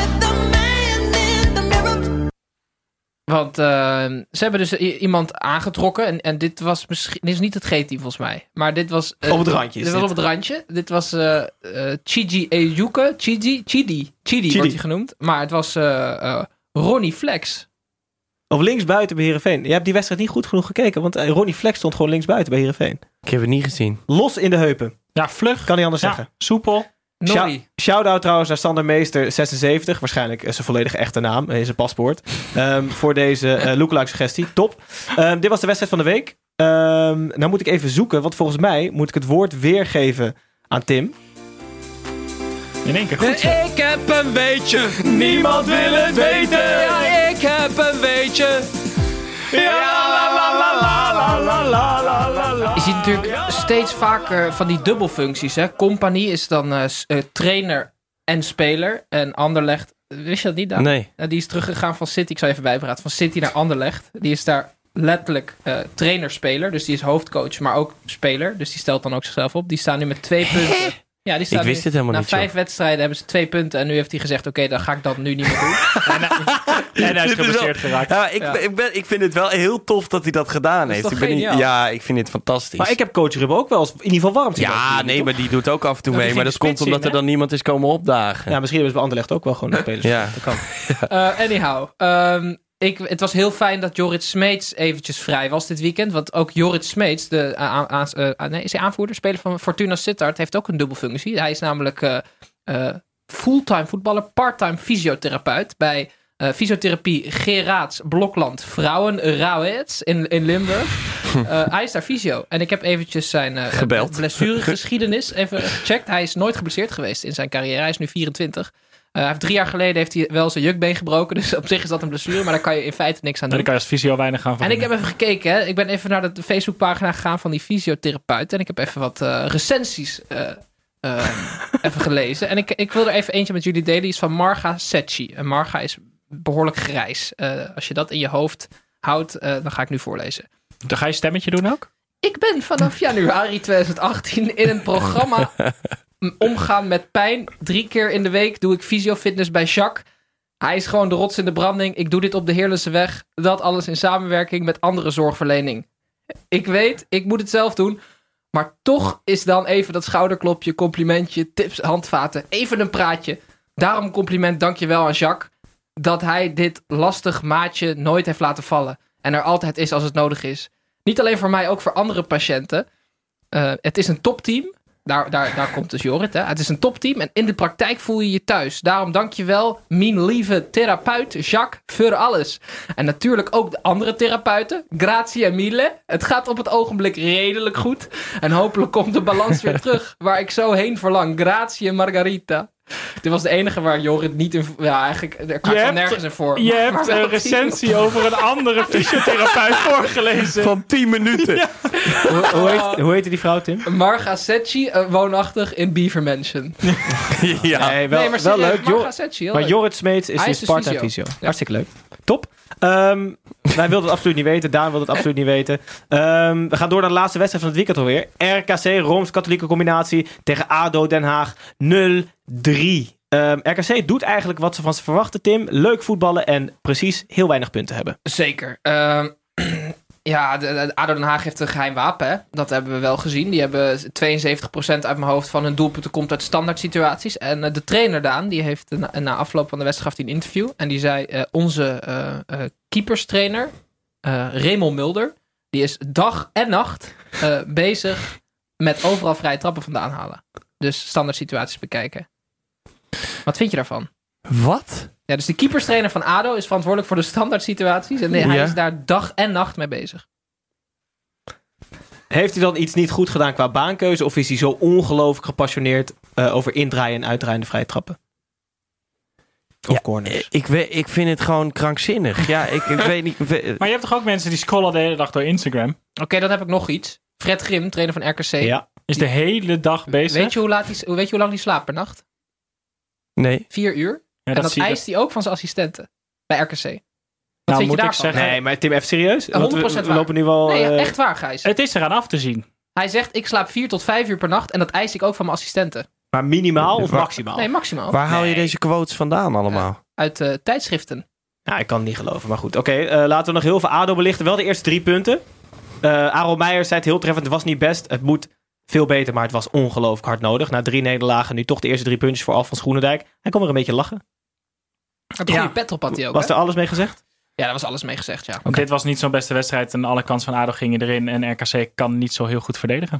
Want uh, ze hebben dus i- iemand aangetrokken. En, en dit was misschien... Dit is niet het G-team volgens mij. Maar dit was... Uh, Op het randje is Dit was dit. op het randje. Dit was uh, uh, Chidi Ejuke. Chidi? Chidi. Chidi wordt hij genoemd. Maar het was uh, uh, Ronnie Flex. Of linksbuiten bij Heerenveen. Je hebt die wedstrijd niet goed genoeg gekeken, want eh, Ronnie Flex stond gewoon linksbuiten bij Heerenveen. Ik heb het niet gezien. Los in de heupen. Ja, vlug. Kan niet anders Ja, zeggen. soepel. Norrie. Shout-out trouwens naar Sander Meester, zesenzeventig. Waarschijnlijk zijn volledige echte naam in zijn paspoort. Um, voor deze uh, lookalike suggestie. Top. Um, dit was de wedstrijd van de week. Um, nou moet ik even zoeken, want volgens mij moet ik het woord weergeven aan Tim. In één keer goed. Zo. Ik heb een weetje, niemand wil het weten. Ja, ik heb een weetje. Je ziet natuurlijk steeds vaker van die dubbelfuncties. Hè? Compagnie is dan uh, s- uh, trainer en speler. En Anderlecht, wist je dat niet, Daan? Nee. Uh, die is teruggegaan van City, ik zal even bijpraten, van City naar Anderlecht. Die is daar letterlijk uh, trainer-speler. Dus die is hoofdcoach, maar ook speler. Dus die stelt dan ook zichzelf op. Die staan nu met twee punten. Ja, die staan Ik wist nu, het helemaal na niet, vijf joh. wedstrijden hebben ze twee punten. En nu heeft hij gezegd, oké, okay, dan ga ik dat nu niet meer doen. En, uh, en hij is Dit is geblesseerd wel- geraakt. Ja, ik, Ja. Ben, ik, ben, ik vind het wel heel tof dat hij dat gedaan Dat is heeft. toch Ik ben niet, geniaal? ja, ik vind het fantastisch. Maar ik heb coach Ruben ook wel eens in ieder geval warm zien ja, lopen, nee, toch? maar die doet ook af en toe Dat mee. is Maar in dat de komt spits omdat in, er dan niemand is komen opdagen. Ja, misschien hebben ze bij Anderlecht ook wel gewoon de spelers. Ja. Dat kan. Uh, anyhow, um, ik, het was heel fijn dat Jorrit Smeets eventjes vrij was dit weekend. Want ook Jorrit Smeets, de uh, aan, aan, uh, nee, is hij aanvoerder, speler van Fortuna Sittard, heeft ook een dubbelfunctie. Hij is namelijk uh, uh, fulltime voetballer, parttime fysiotherapeut bij uh, fysiotherapie Geraats Blokland Vrouwen Rauwets in, in Limburg. Uh, hij is daar fysio. En ik heb eventjes zijn uh, Gebeld. blessuregeschiedenis even gecheckt. Hij is nooit geblesseerd geweest in zijn carrière. Hij is nu vierentwintig. Uh, hij heeft drie jaar geleden heeft hij wel zijn jukbeen gebroken. Dus op zich is dat een blessure. Maar daar kan je in feite niks aan En doen. dan kan je als fysio weinig gaan En verdienen. ik heb even gekeken. Hè. Ik ben even naar de Facebookpagina gegaan van die fysiotherapeut. En ik heb even wat uh, recensies uh, uh, even gelezen. En ik, ik wil er even eentje met jullie delen. Die is van Marga Secchi. En Marga is behoorlijk grijs. Uh, als je dat in je hoofd houdt, uh, dan ga ik nu voorlezen. Dan ga je stemmetje doen ook? Ik ben vanaf januari twintig achttien in een programma omgaan met pijn. Drie keer in de week doe ik fysiofitness bij Jacques. Hij is gewoon de rots in de branding. Ik doe dit op de Heerlense weg. Dat alles in samenwerking met andere zorgverlening. Ik weet, ik moet het zelf doen. Maar toch is dan even dat schouderklopje, complimentje, tips, handvaten. Even een praatje. Daarom compliment, dankjewel aan Jacques. Dat hij dit lastig maatje nooit heeft laten vallen. En er altijd is als het nodig is. Niet alleen voor mij, ook voor andere patiënten. Uh, het is een topteam. Daar, daar, daar komt dus Jorrit. Hè. Het is een topteam en in de praktijk voel je je thuis. Daarom dank je wel, mijn lieve therapeut Jacques, voor alles. En natuurlijk ook de andere therapeuten, Grazie en Mille. Het gaat op het ogenblik redelijk goed. En hopelijk komt de balans weer terug, waar ik zo heen verlang. Grazie Margarita. Dit was de enige waar Jorrit niet in... Ja, eigenlijk, er kwam hebt- nergens in voor. Je Maar- hebt maar wel een recensie over een andere fysiotherapeut voorgelezen. Van tien minuten. Ja. Hoe, hoe, heet, hoe heette die vrouw, Tim? Marga Secchi, uh, woonachtig in Beaver Mansion. Ja. Nee, wel, nee, maar wel serieus, leuk. Jor- Marga Secchi, heel maar leuk. Jorrit Smeets is Hij dus is dus Sparta fysio. fysio. Ja. Hartstikke leuk. Top. Ehm, wij wilden het absoluut niet weten. Daan wilde het absoluut niet weten. Ehm, we gaan door naar de laatste wedstrijd van het weekend alweer. R K C, Rooms-Katholieke Combinatie tegen A D O Den Haag nul drie. Um, R K C doet eigenlijk wat ze van ze verwachten, Tim. Leuk voetballen en precies heel weinig punten hebben. Zeker. Ehm, ja, de, de A D O Den Haag heeft een geheim wapen. Hè? Dat hebben we wel gezien. Die hebben tweeënzeventig procent uit mijn hoofd van hun doelpunten komt uit standaard situaties. En uh, de trainer Daan, die heeft na, na afloop van de wedstrijd gaf hij een interview. En die zei, uh, onze uh, uh, keeperstrainer, uh, Raymond Mulder, die is dag en nacht uh, bezig met overal vrije trappen vandaan halen. Dus standaard situaties bekijken. Wat vind je daarvan? Wat? Ja, dus de keeperstrainer van A D O is verantwoordelijk voor de standaard situaties. En hij Ja. is daar dag en nacht mee bezig. Heeft hij dan iets niet goed gedaan qua baankeuze? Of is hij zo ongelooflijk gepassioneerd uh, over indraaien en uitdraaien vrije trappen? Of Ja, corners? Ik, weet, ik vind het gewoon krankzinnig. Ja, ik, ik weet niet... Maar je hebt toch ook mensen die scrollen de hele dag door Instagram? Oké, okay, dan heb ik nog iets. Fred Grim, trainer van R K C. Ja. Is de hele dag bezig? Weet je hoe, laat die, weet je hoe lang die slaapt per nacht? Nee. Vier uur. Ja, en dat zie je. eist hij ook van zijn assistenten. Bij R K C. Wat Nou, vind je moet ik daarvan? zeggen- Nee, maar Tim, even serieus? Want honderd we, procent we waar. lopen nu wel... Nee, uh, echt waar, Gijs. Het is eraan af te zien. Hij zegt, ik slaap vier tot vijf uur per nacht. En dat eist ik ook van mijn assistenten. Maar minimaal of Waar- maximaal? Nee, maximaal. Waar haal je Nee. deze quotes vandaan allemaal? Uit uh, tijdschriften. Ja, ik kan het niet geloven, maar goed. Oké, okay, uh, laten we nog heel veel A D O belichten. Wel de eerste drie punten. Uh, Aaron Meijer zei het heel treffend. Het was niet best. Het moet veel beter, maar het was ongelooflijk hard nodig. Na drie nederlagen, nu toch de eerste drie puntjes voor Alfons Groenendijk. Hij kon weer een beetje lachen. Een goede Ja. pet op had hij ook. Was hè? er alles mee gezegd? Ja, daar was alles mee gezegd, ja. Dit was niet zo'n beste wedstrijd en alle kansen van A D O gingen erin. En R K C kan niet zo heel goed verdedigen.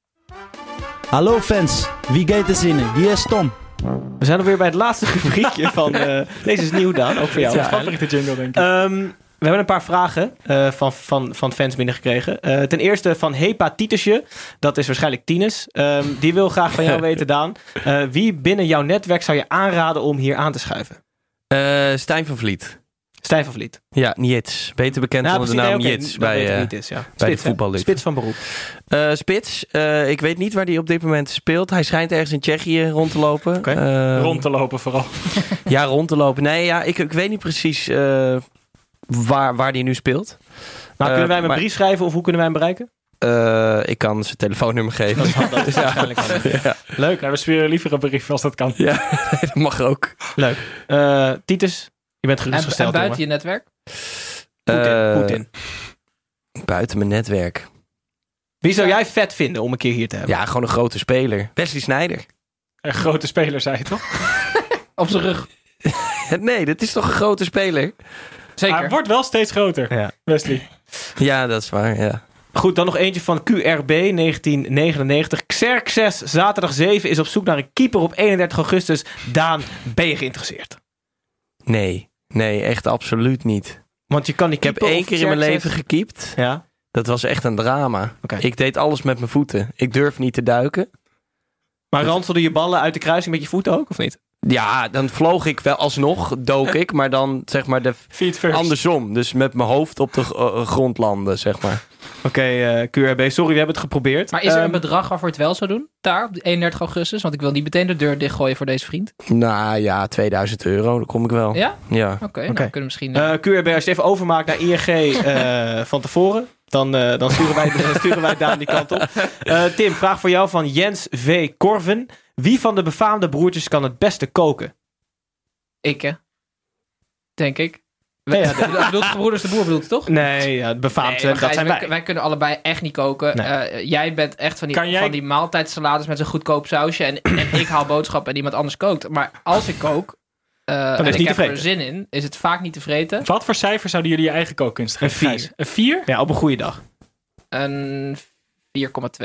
Hallo fans, wie gaat er zinnen? Hier is Tom. We zijn alweer bij het laatste rubriekje van... Uh, deze is nieuw, Daan. Ook voor jou. Ja, favoriete jingle, denk ik. Um, we hebben een paar vragen uh, van, van, van fans binnengekregen. Uh, ten eerste van Hepa Tietesje. Dat is waarschijnlijk Tines. Um, die wil graag van jou weten, Daan. Uh, wie binnen jouw netwerk zou je aanraden om hier aan te schuiven? Uh, Stijn van Vliet. Stijn van Vliet. Ja, Niets. Beter bekend Nou, onder de precies, naam nee, oké, Niets dan weet ik bij, wie uh, het is, ja. bij Spits, de voetballiefde. Spits van beroep. Uh, Spits. Uh, ik weet niet waar hij op dit moment speelt. Hij schijnt ergens in Tsjechië rond te lopen. Okay. Uh, Rond te lopen vooral. Ja, rond te lopen. Nee, ja, ik, ik weet niet precies uh, waar, waar hij nu speelt. Nou, kunnen wij hem een maar- brief schrijven of hoe kunnen wij hem bereiken? Uh, ik kan zijn telefoonnummer geven. Dat is, dat is waarschijnlijk wel. Ja. Leuk. Ja, we spelen liever een brief als dat kan. Ja, dat mag ook. Leuk. Uh, Titus, je bent En, en gerustgesteld. buiten jongen. je netwerk? Poetin, Uh, Poetin. Buiten mijn netwerk. Wie zou jij vet vinden om een keer hier te hebben? Ja, gewoon een grote speler. Wesley Sneijder. Een grote speler, zei je toch? Op zijn rug. Nee, dat is toch een grote speler? Zeker. Hij wordt wel steeds groter, Ja. Wesley. Ja, dat is waar, ja. Goed, dan nog eentje van Q R B negentien negenennegentig. Xerxes, zaterdag zeven, is op zoek naar een keeper op eenendertig augustus. Daan, ben je geïnteresseerd? Nee, nee, echt absoluut niet. Want je kan niet Ik heb één keer in mijn leven gekiept. Ja. Dat was echt een drama. Okay. Ik deed alles met mijn voeten. Ik durf niet te duiken. Maar ranselde je ballen uit de kruising met je voeten ook, of niet? Ja, dan vloog ik wel alsnog, dook ik. Maar dan zeg maar de Feet first. andersom. Dus met mijn hoofd op de uh, grond landen, zeg maar. Oké, okay, uh, Q R B, sorry, we hebben het geprobeerd. Maar is er een Um, bedrag waarvoor je het wel zou doen? Daar, op eenendertig augustus? Want ik wil niet meteen de deur dichtgooien voor deze vriend. Nou ja, tweeduizend euro, daar kom ik wel. Ja? Ja. Oké, okay, Oké. nou kunnen we misschien... Uh, Uh, Q R B, als je het even overmaakt naar I N G uh, van tevoren, dan, uh, dan sturen, wij, sturen wij Daan die kant op. Uh, Tim, vraag voor jou van Jens V. Korven. Wie van de befaamde broertjes kan het beste koken? ik, hè? Denk ik. Nee, ja, Je bedoelt Gebroeders de Boer, bedoelt je toch? Nee, ja, befaamd, Nee, uh, maar dat Gijs, zijn wij, wij. wij kunnen allebei echt niet koken. Nee. Uh, jij bent echt van die, Kan jij- van die maaltijdsalades met zo'n goedkoop sausje. En, en ik haal boodschappen en iemand anders kookt. Maar als ik kook, uh, is en het ik niet heb te er vreten. zin in, is het vaak niet te vreten. Wat voor cijfer zouden jullie je eigen kookkunst geven? Een vier. Gijs? Een vier? Ja, op een goede dag. Een vier komma twee.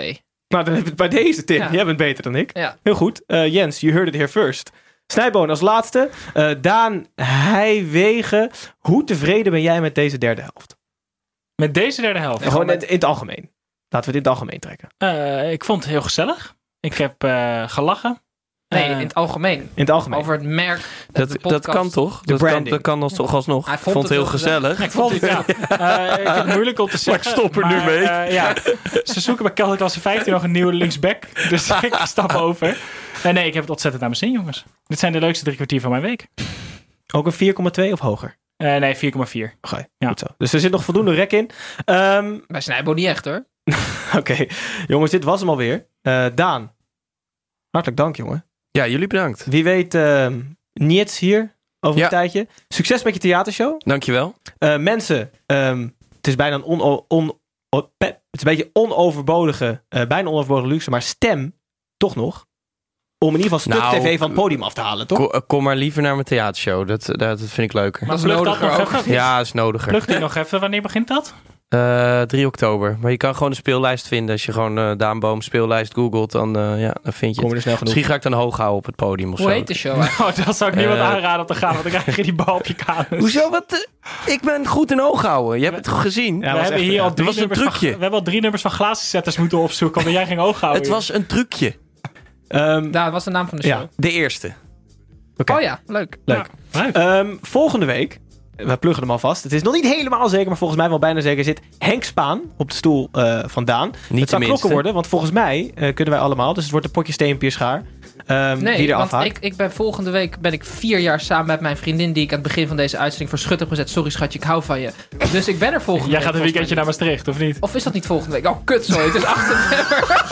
Nou, dan heb je het bij deze, Tim. Ja. Jij bent beter dan ik. Ja. Heel goed. Uh, Jens, you heard it here first. Snijboon als laatste. Uh, Daan Heijwegen. Hoe tevreden ben jij met deze derde helft? Met deze derde helft? Ja, gewoon in, in het algemeen. Laten we dit in het algemeen trekken. Uh, ik vond het heel gezellig. Ik heb uh, gelachen. Nee, uh, in het algemeen. In het algemeen. Over het merk. Dat, dat kan toch? Dat kan, dat kan als, toch alsnog. Hij Ik vond het heel gezellig. gezellig. Ik vond het, ja. Uh, ik vind het moeilijk om te zeggen. Maar ik stop er maar, nu mee. Uh, ja, ze zoeken bij Kelderklasse vijftien nog een nieuwe linksback. Dus ik stap over. Uh, nee, ik heb het ontzettend naar mijn zin, jongens. Dit zijn de leukste drie kwartier van mijn week. Ook een vier komma twee of hoger? Uh, nee, vier komma vier. Oké, okay, ja. Goed zo. Dus er zit nog voldoende rek in. Um, bij Snijbo niet echt, hoor. Oké, okay. Jongens, dit was hem alweer. Uh, Daan, hartelijk dank, jongen. Ja, jullie bedankt. Wie weet, uh, Niets hier over ja. een tijdje. Succes met je theatershow. Dankjewel. Uh, mensen, um, het is bijna een, on, on, on, het is een beetje onoverbodige, uh, bijna onoverbodige luxe, maar stem toch nog. Om in ieder geval stuk nou, tv van het podium af te halen, toch? Kom, kom maar liever naar mijn theatershow. Dat, dat, dat vind ik leuker. Maar vlucht dat nog even? Ja, is nodiger. Vlucht die nog even. Wanneer begint dat? Uh, drie oktober. Maar je kan gewoon een speellijst vinden. Als je gewoon uh, Daan Boom speellijst googelt, dan, uh, ja, dan vind je Kom je het. er snel genoeg. Misschien ga ik dan hoog houden op het podium of Hoe zo. heet de show? Oh, dat zou ik niemand uh, aanraden om te gaan, want dan krijg je die bal op je kanus. Hoezo? Wat? Uh, ik ben goed in hoog houden. Je hebt het toch gezien? Ja, we hebben hier echt, al drie was een trucje. Van, we hebben al drie nummers van glazenzetters moeten opzoeken, omdat jij ging hoog houden. Het was een trucje. Um, dat was de naam van de show. Ja, de eerste. Okay. Oh ja, leuk. Leuk. Ja, leuk. Um, volgende week, we pluggen hem alvast. Het is nog niet helemaal zeker, maar volgens mij wel bijna zeker zit Henk Spaan op de stoel uh, van Daan. Niet het zou klokken worden, want volgens mij uh, kunnen wij allemaal. Dus het wordt een potje steenpier schaar. Um, nee, die er want afhaakt. ik, ik ben volgende week ben ik vier jaar samen met mijn vriendin die ik aan het begin van deze uitzending voor schut heb gezet. Sorry schatje, ik hou van je. Dus ik ben er volgende Jij week. Jij gaat een weekendje naar Maastricht, of niet? Of is dat niet volgende week? Oh, kut, sorry. Het is acht september.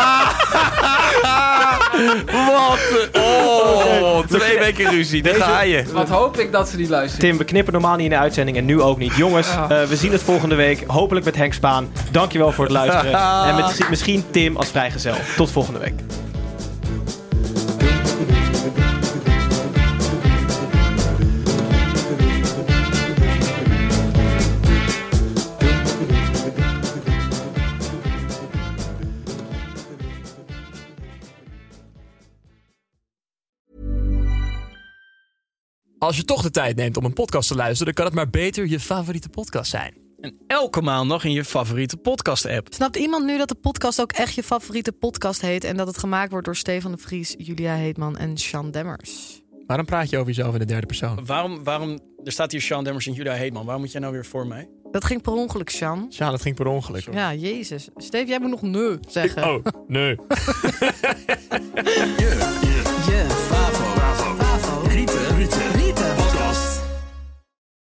Wat? Oh, twee weken ruzie. Daar ga je. Wat hoop ik dat ze niet luisteren. Tim, we knippen normaal niet in de uitzending en nu ook niet. Jongens, uh, we zien het volgende week. Hopelijk met Henk Spaan. Dankjewel voor het luisteren. En met, misschien Tim als vrijgezel. Tot volgende week. Als je toch de tijd neemt om een podcast te luisteren, dan kan het maar beter je favoriete podcast zijn. En elke maandag in je favoriete podcast-app. Snapt iemand nu dat de podcast ook echt je favoriete podcast heet en dat het gemaakt wordt door Stefan de Vries, Julia Heetman en Sean Demmers? Waarom praat je over jezelf in de derde persoon? Waarom, waarom, er staat hier Sean Demmers en Julia Heetman. Waarom moet jij nou weer voor mij? Dat ging per ongeluk, Sean. Ja, dat ging per ongeluk. Sorry. Ja, jezus. Steve, jij moet nog nee zeggen. Oh, nee. yeah.